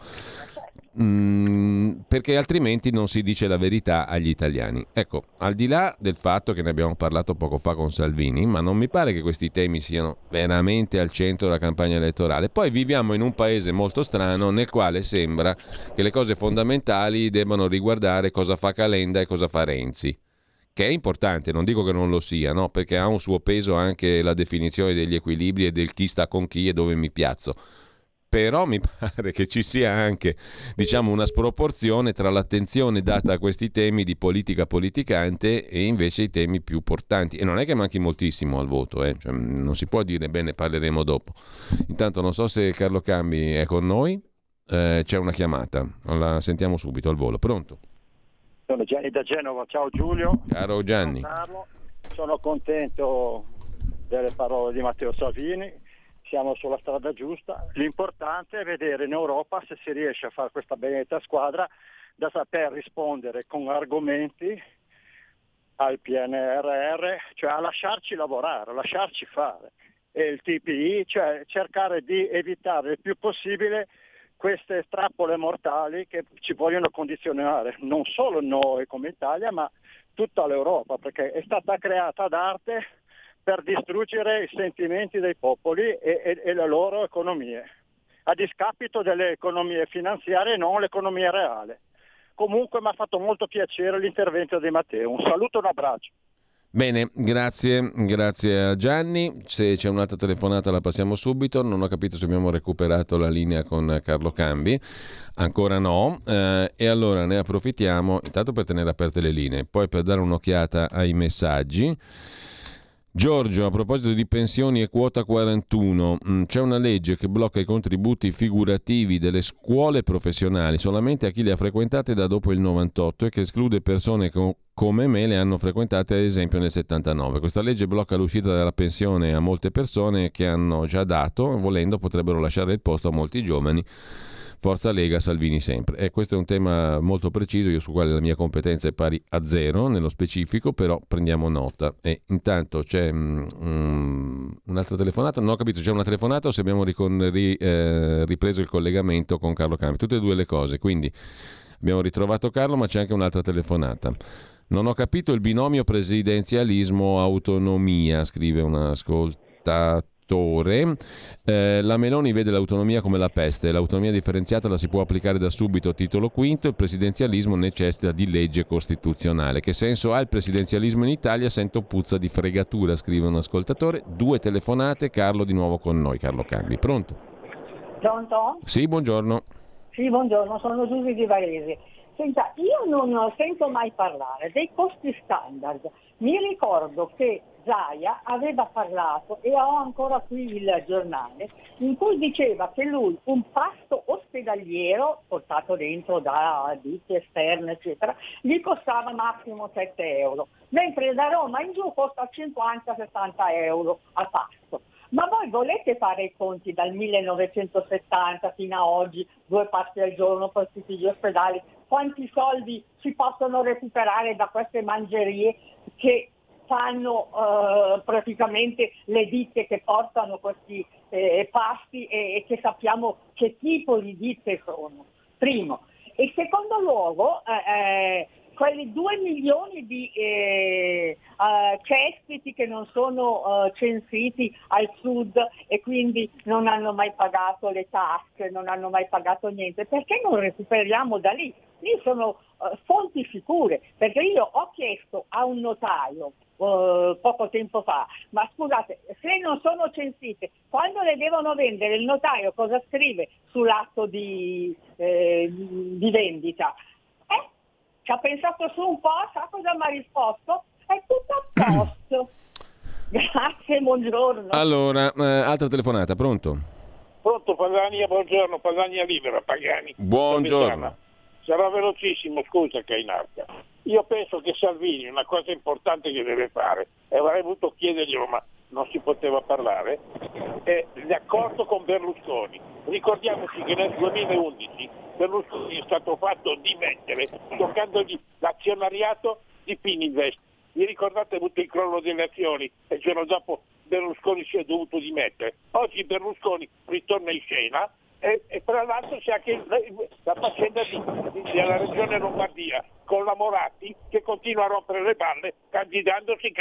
perché altrimenti non si dice la verità agli italiani. Ecco, al di là del fatto che ne abbiamo parlato poco fa con Salvini, ma non mi pare che questi temi siano veramente al centro della campagna elettorale. Poi viviamo in un paese molto strano nel quale sembra che le cose fondamentali debbano riguardare cosa fa Calenda e cosa fa Renzi, che è importante, non dico che non lo sia, no? Perché ha un suo peso anche la definizione degli equilibri e del chi sta con chi e dove mi piazzo. Però mi pare che ci sia anche, diciamo, una sproporzione tra l'attenzione data a questi temi di politica politicante e invece i temi più portanti. E non è che manchi moltissimo al voto, cioè, non si può dire bene, parleremo dopo. Intanto non so se Carlo Cambi è con noi, c'è una chiamata, la sentiamo subito al volo. Pronto? Sono Gianni da Genova, ciao Giulio. Caro Gianni. Ciao Carlo. Sono contento delle parole di Matteo Salvini. Siamo sulla strada giusta, l'importante è vedere in Europa se si riesce a fare questa benedetta squadra da saper rispondere con argomenti al PNRR, cioè a lasciarci lavorare, a lasciarci fare, e il TPI, cioè cercare di evitare il più possibile queste trappole mortali che ci vogliono condizionare, non solo noi come Italia, ma tutta l'Europa, perché è stata creata ad arte per distruggere i sentimenti dei popoli e le loro economie, a discapito delle economie finanziarie e non l'economia reale. Comunque mi ha fatto molto piacere l'intervento di Matteo. Un saluto e un abbraccio. Bene, grazie a Gianni. Se c'è un'altra telefonata la passiamo subito. Non ho capito se abbiamo recuperato la linea con Carlo Cambi. Ancora no, e allora ne approfittiamo intanto per tenere aperte le linee, poi per dare un'occhiata ai messaggi. Giorgio, a proposito di pensioni e quota 41, c'è una legge che blocca i contributi figurativi delle scuole professionali solamente a chi le ha frequentate da dopo il 98 e che esclude persone che come me le hanno frequentate ad esempio nel 79. Questa legge blocca l'uscita dalla pensione a molte persone che hanno già dato, volendo potrebbero lasciare il posto a molti giovani. Forza Lega, Salvini sempre. E questo è un tema molto preciso, io su quale la mia competenza è pari a zero nello specifico, però prendiamo nota. E intanto c'è un'altra telefonata, non ho capito, c'è una telefonata o se abbiamo ripreso il collegamento con Carlo Cambi? Tutte e due le cose, quindi abbiamo ritrovato Carlo, ma c'è anche un'altra telefonata. Non ho capito il binomio presidenzialismo-autonomia, scrive un ascoltatore. La Meloni vede l'autonomia come la peste, l'autonomia differenziata la si può applicare da subito, titolo quinto, il presidenzialismo necessita di legge costituzionale. Che senso ha il presidenzialismo in Italia? Sento puzza di fregatura, scrive un ascoltatore. 2 telefonate, Carlo di nuovo con noi, Carlo Cambi. Pronto? Pronto? Sì, buongiorno. Sì, buongiorno, sono Giusy di Varese. Senta, io non sento mai parlare dei costi standard. Mi ricordo che Zaia aveva parlato, e ho ancora qui il giornale, in cui diceva che lui un pasto ospedaliero portato dentro da ditte esterne eccetera gli costava massimo 7 euro, mentre da Roma in giù costa 50-60 euro a pasto. Ma voi volete fare i conti dal 1970 fino a oggi, 2 pasti al giorno per tutti gli ospedali? Quanti soldi si possono recuperare da queste mangerie che fanno praticamente le ditte che portano questi pasti e che sappiamo che tipo di ditte sono? Primo. E secondo luogo, quelli 2 milioni di cespiti che non sono censiti al sud e quindi non hanno mai pagato le tasse, non hanno mai pagato niente, perché non recuperiamo da lì? Lì sono fonti sicure, perché io ho chiesto a un notaio poco tempo fa, ma scusate, se non sono censite, quando le devono vendere il notaio cosa scrive sull'atto di vendita? Ci ha pensato su un po', sa cosa mi ha risposto? È tutto a posto. Grazie, buongiorno. Allora, altra telefonata, pronto? Pronto, Padania, buongiorno, Padania Libera, Pagani. Buongiorno. Sarà velocissimo, scusa che è in arca. Io penso che Salvini una cosa importante che deve fare, e avrei voluto chiederglielo ma non si poteva parlare, è l'accordo con Berlusconi. Ricordiamoci che nel 2011 Berlusconi è stato fatto dimettere toccandogli l'azionariato di Fininvest. Vi ricordate, ha avuto il crollo delle azioni e il giorno dopo Berlusconi si è dovuto dimettere. Oggi Berlusconi ritorna in scena e tra l'altro c'è anche la faccenda della regione Lombardia con la Moratti che continua a rompere le balle candidandosi.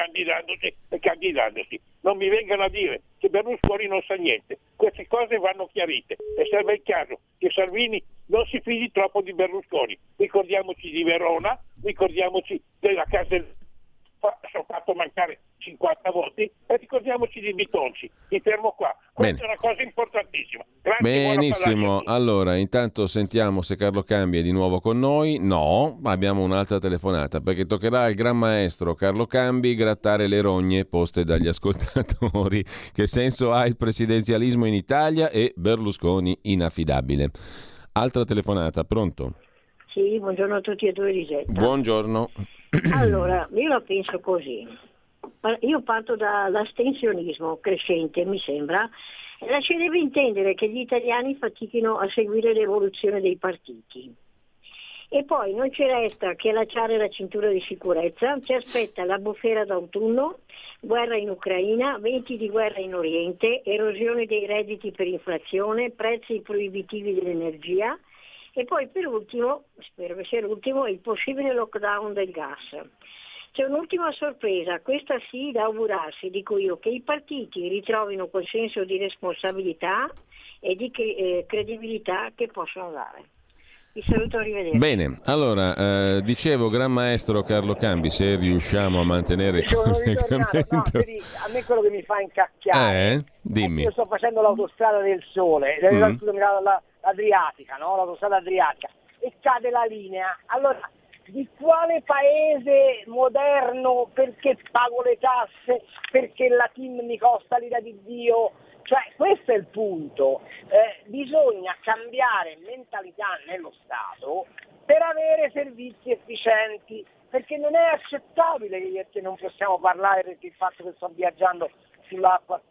Non mi vengano a dire che Berlusconi non sa niente. Queste cose vanno chiarite e serve il caso che Salvini non si fidi troppo di Berlusconi. Ricordiamoci di Verona, ricordiamoci della casa sono fatto mancare 50 voti e ricordiamoci di Bitonci. Mi fermo qua. Questa è una cosa importantissima. Grazie, benissimo, allora intanto sentiamo se Carlo Cambi è di nuovo con noi. No, ma abbiamo un'altra telefonata perché toccherà al gran maestro Carlo Cambi grattare le rogne poste dagli ascoltatori. Che senso ha il presidenzialismo in Italia e Berlusconi inaffidabile? Altra telefonata, pronto? Sì, buongiorno a tutti e due, Lisetta. Buongiorno. Allora, io la penso così. Io parto dall'astensionismo crescente, mi sembra, e lascerebbe intendere che gli italiani fatichino a seguire l'evoluzione dei partiti. E poi non ci resta che allacciare la cintura di sicurezza, ci aspetta la bufera d'autunno, guerra in Ucraina, venti di guerra in Oriente, erosione dei redditi per inflazione, prezzi proibitivi dell'energia. E poi per ultimo, spero che sia l'ultimo, il possibile lockdown del gas. C'è un'ultima sorpresa, questa sì da augurarsi, dico io, che i partiti ritrovino quel senso di responsabilità e di credibilità che possono dare. Vi saluto, arrivederci. Bene, allora, dicevo, Gran Maestro Carlo Cambi, se riusciamo a mantenere il collegamento... No, a me quello che mi fa incacchiare dimmi. Io sto facendo l'autostrada del Sole, l'Adriatica, no? L'autostrada Adriatica, e cade la linea. Allora, di quale paese moderno, perché pago le tasse, perché la TIM mi costa l'ira di Dio? Cioè, questo è il punto. Bisogna cambiare mentalità nello Stato per avere servizi efficienti, perché non è accettabile che non possiamo parlare perché il fatto che sto viaggiando sull'acqua.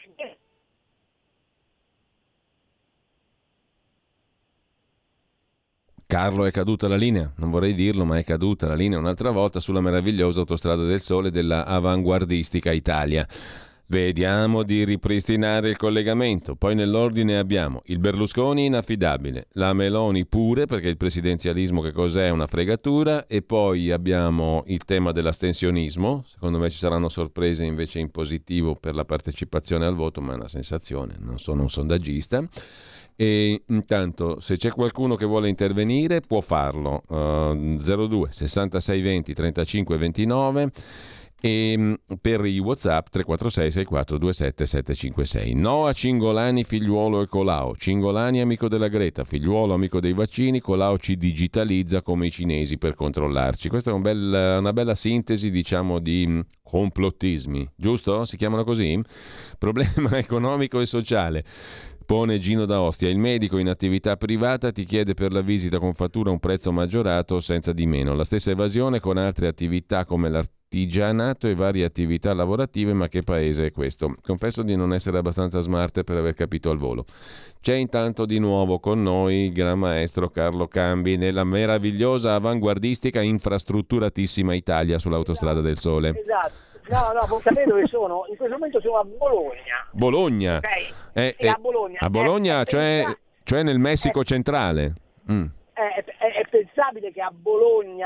Carlo, è caduta la linea, non vorrei dirlo, ma è caduta la linea un'altra volta sulla meravigliosa autostrada del Sole della avanguardistica Italia. Vediamo di ripristinare il collegamento. Poi nell'ordine abbiamo il Berlusconi inaffidabile, la Meloni pure, perché il presidenzialismo che cos'è? Una fregatura, e poi abbiamo il tema dell'astensionismo. Secondo me ci saranno sorprese invece in positivo per la partecipazione al voto, ma è una sensazione, non sono un sondaggista. E intanto se c'è qualcuno che vuole intervenire può farlo, 02 66 20 35 29, e per i WhatsApp 346 64 27 756. No a Cingolani, Figliuolo e Colau. Cingolani amico della Greta, Figliuolo amico dei vaccini, Colau ci digitalizza come i cinesi per controllarci. Questa è una bella sintesi, diciamo, di complottismi, giusto? Si chiamano così? Problema economico e sociale. Pone Gino da Ostia, il medico in attività privata ti chiede per la visita con fattura un prezzo maggiorato senza di meno. La stessa evasione con altre attività come l'artigianato e varie attività lavorative, ma che paese è questo? Confesso di non essere abbastanza smart per aver capito al volo. C'è intanto di nuovo con noi il gran maestro Carlo Cambi nella meravigliosa avanguardistica infrastrutturatissima Italia sull'autostrada del Sole. Esatto. No, vuoi sapere dove sono? In questo momento sono a Bologna. Bologna? Okay. Sì, a Bologna. A Bologna, cioè nel Messico centrale. È pensabile che a Bologna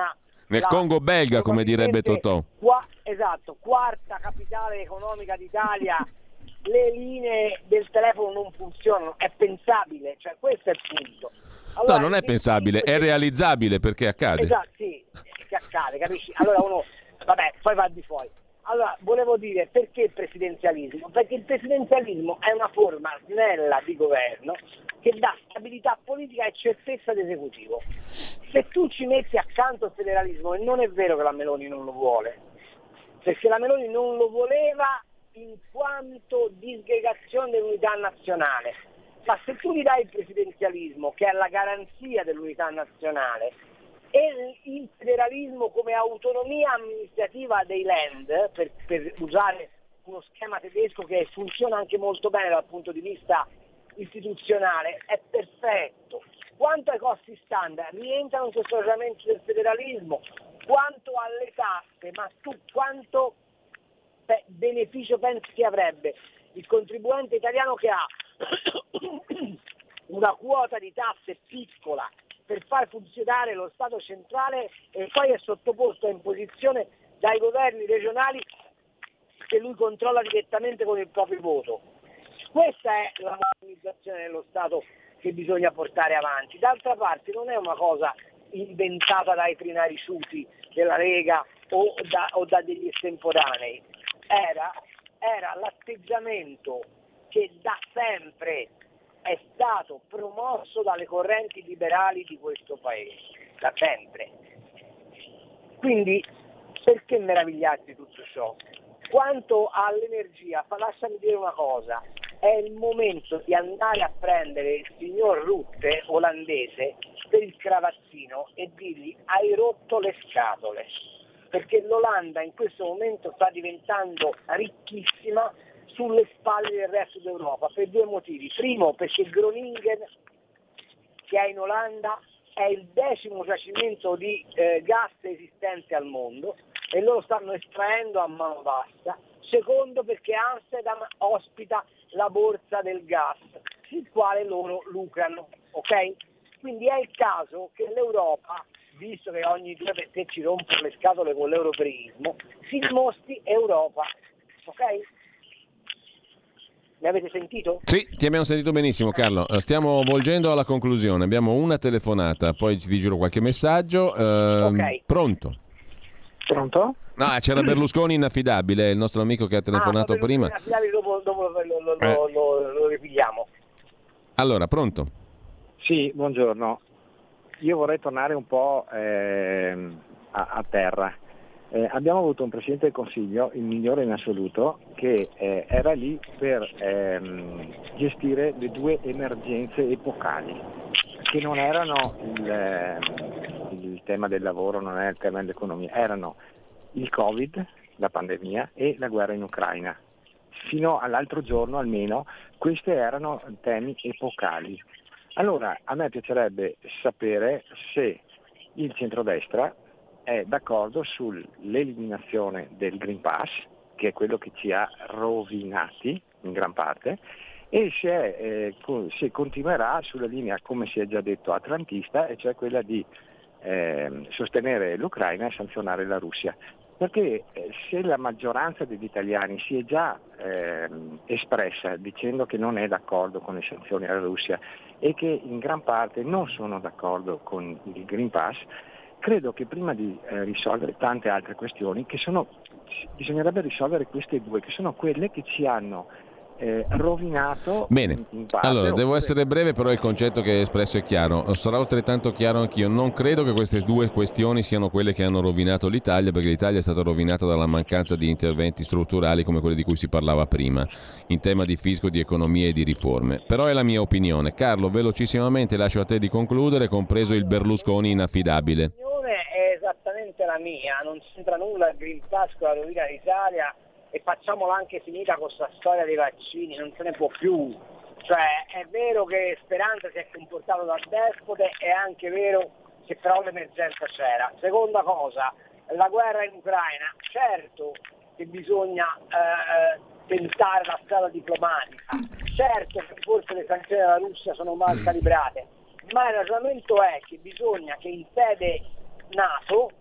Nel Congo belga, come direbbe Totò. Esatto, quarta capitale economica d'Italia, le linee del telefono non funzionano, è pensabile, cioè questo è il punto. Allora, no, non è pensabile, è realizzabile perché accade. Esatto, sì, che accade, capisci? Allora uno, vabbè, poi va di fuori. Allora, volevo dire, perché il presidenzialismo? Perché il presidenzialismo è una forma snella di governo che dà stabilità politica e certezza d'esecutivo. Se tu ci metti accanto il federalismo, e non è vero che la Meloni non lo vuole, perché la Meloni non lo voleva in quanto disgregazione dell'unità nazionale, ma se tu gli dai il presidenzialismo, che è la garanzia dell'unità nazionale, e il federalismo come autonomia amministrativa dei land, per usare uno schema tedesco che funziona anche molto bene dal punto di vista istituzionale, è perfetto. Quanto ai costi standard, rientrano in questo ragionamento del federalismo, quanto alle tasse, ma tu quanto beneficio pensi che avrebbe il contribuente italiano che ha una quota di tasse piccola per far funzionare lo Stato centrale e poi è sottoposto a imposizione dai governi regionali che lui controlla direttamente con il proprio voto. Questa è la modernizzazione dello Stato che bisogna portare avanti. D'altra parte non è una cosa inventata dai trinariciuti della Lega o da degli estemporanei, era l'atteggiamento che da sempre è stato promosso dalle correnti liberali di questo paese, da sempre. Quindi perché meravigliarsi di tutto ciò? Quanto all'energia, lasciami dire una cosa, è il momento di andare a prendere il signor Rutte, olandese, per il cravazzino e dirgli: hai rotto le scatole, perché l'Olanda in questo momento sta diventando ricchissima sulle spalle del resto d'Europa per due motivi. Primo, perché Groningen, che è in Olanda, è il 10° giacimento di gas esistente al mondo e loro stanno estraendo a mano bassa. Secondo, perché Amsterdam ospita la borsa del gas, sul quale loro lucrano, ok? Quindi è il caso che l'Europa, visto che ogni 2 per 3 ci rompono le scatole con l'europeismo, si dimostri Europa, ok? Mi avete sentito? Sì, ti abbiamo sentito benissimo, Carlo. Stiamo volgendo alla conclusione. Abbiamo una telefonata, poi ti giro qualche messaggio. Ok. Pronto? Pronto? No, c'era Berlusconi inaffidabile, il nostro amico che ha telefonato prima. Dopo lo ripigliamo. Allora, pronto? Sì, buongiorno. Io vorrei tornare un po' a terra. Abbiamo avuto un Presidente del Consiglio, il migliore in assoluto, che era lì per gestire le 2 emergenze epocali, che non erano il tema del lavoro, non era il tema dell'economia, erano il Covid, la pandemia e la guerra in Ucraina. Fino all'altro giorno almeno questi erano temi epocali. Allora a me piacerebbe sapere se il centrodestra è d'accordo sull'eliminazione del Green Pass, che è quello che ci ha rovinati in gran parte, e se continuerà sulla linea, come si è già detto, atlantista, e cioè quella di sostenere l'Ucraina e sanzionare la Russia. Perché se la maggioranza degli italiani si è già espressa dicendo che non è d'accordo con le sanzioni alla Russia e che in gran parte non sono d'accordo con il Green Pass, credo che prima di risolvere tante altre questioni, bisognerebbe risolvere queste 2, che sono quelle che ci hanno rovinato. Bene, in parte, allora devo essere breve, però il concetto che hai espresso è chiaro. Sarò altrettanto chiaro anch'io. Non credo che queste 2 questioni siano quelle che hanno rovinato l'Italia, perché l'Italia è stata rovinata dalla mancanza di interventi strutturali come quelli di cui si parlava prima, in tema di fisco, di economia e di riforme. Però è la mia opinione. Carlo, velocissimamente lascio a te di concludere, compreso il Berlusconi inaffidabile. L'opinione è esattamente la mia, non c'entra nulla il Green Pass con la rovina d'Italia. E facciamola anche finita con questa storia dei vaccini, non se ne può più. Cioè è vero che Speranza si è comportato da despote, è anche vero che però l'emergenza c'era. Seconda cosa, la guerra in Ucraina, certo che bisogna tentare la strada diplomatica, certo che forse le sanzioni della Russia sono mal calibrate, ma il ragionamento è che bisogna che in sede NATO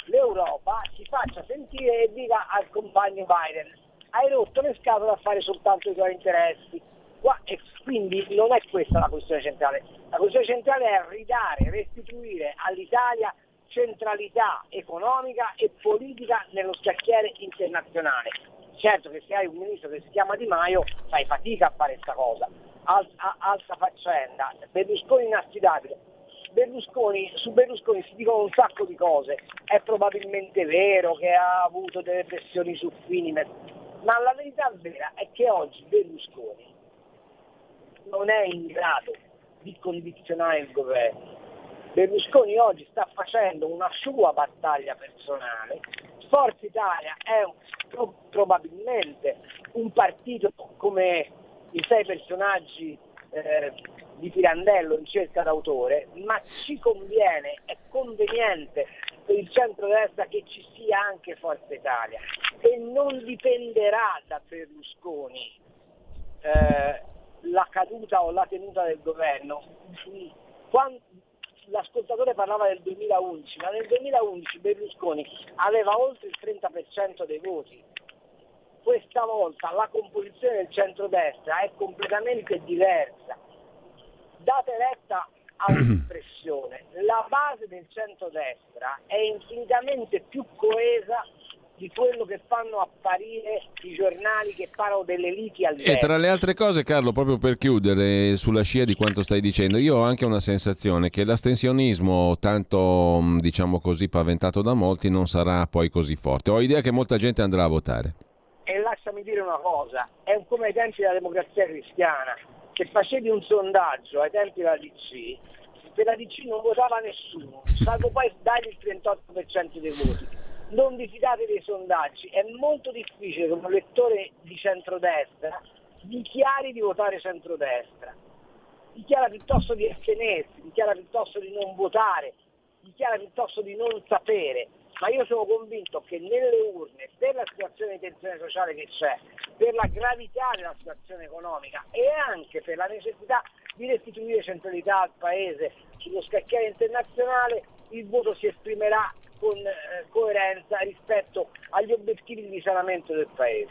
l'Europa si faccia sentire e dica al compagno Biden: hai rotto le scatole a fare soltanto i tuoi interessi. E quindi non è questa la questione centrale. La questione centrale è restituire all'Italia centralità economica e politica nello scacchiere internazionale. Certo che se hai un ministro che si chiama Di Maio fai fatica a fare questa cosa. Altra faccenda, Berlusconi inaffidabile. Su Berlusconi si dicono un sacco di cose, è probabilmente vero che ha avuto delle pressioni su Fini, ma la verità vera è che oggi Berlusconi non è in grado di condizionare il governo. Berlusconi oggi sta facendo una sua battaglia personale. Forza Italia è probabilmente un partito come i 6 personaggi di Pirandello in cerca d'autore, ma ci conviene, è conveniente per il centrodestra che ci sia anche Forza Italia, e non dipenderà da Berlusconi la caduta o la tenuta del governo. L'ascoltatore parlava del 2011, ma nel 2011 Berlusconi aveva oltre il 30% dei voti. Questa volta la composizione del centrodestra è completamente diversa. Date retta all'espressione, la base del centrodestra è infinitamente più coesa di quello che fanno apparire i giornali che parlano delle liti al E tra le altre cose, Carlo, proprio per chiudere sulla scia di quanto stai dicendo, io ho anche una sensazione che l'astensionismo, tanto diciamo così paventato da molti, non sarà poi così forte. Ho idea che molta gente andrà a votare. E lasciami dire una cosa, è come ai tempi della Democrazia Cristiana, che facevi un sondaggio ai tempi della DC, per la DC non votava nessuno, salvo poi dargli il 38% dei voti. Non vi fidate dei sondaggi, è molto difficile che un elettore di centrodestra dichiari di votare centrodestra, dichiara piuttosto di astenersi, dichiara piuttosto di non votare, dichiara piuttosto di non sapere. Ma io sono convinto che nelle urne, per la situazione di tensione sociale che c'è, per la gravità della situazione economica e anche per la necessità di restituire centralità al Paese sullo scacchiere internazionale, il voto si esprimerà con coerenza rispetto agli obiettivi di risanamento del Paese.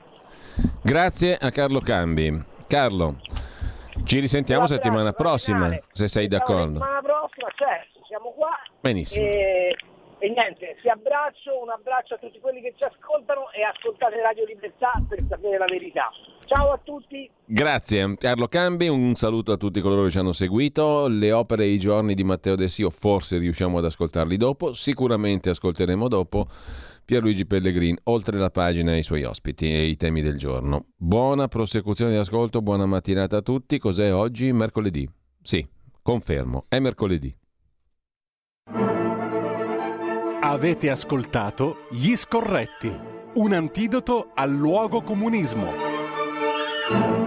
Grazie a Carlo Cambi. Carlo, ci risentiamo settimana prossima, se sei d'accordo. Settimana prossima, certo, siamo qua. Benissimo. E niente, un abbraccio a tutti quelli che ci ascoltano e ascoltate Radio Libertà per sapere la verità. Ciao a tutti. Grazie Carlo Cambi, un saluto a tutti coloro che ci hanno seguito. Le opere e i giorni di Matteo De Sio forse riusciamo ad ascoltarli dopo, sicuramente ascolteremo dopo Pierluigi Pellegrin, oltre la pagina e i suoi ospiti e i temi del giorno. Buona prosecuzione di ascolto, buona mattinata a tutti. Cos'è oggi? Mercoledì. Sì, confermo, è mercoledì. Avete ascoltato Gli Scorretti, un antidoto al luogo comunismo.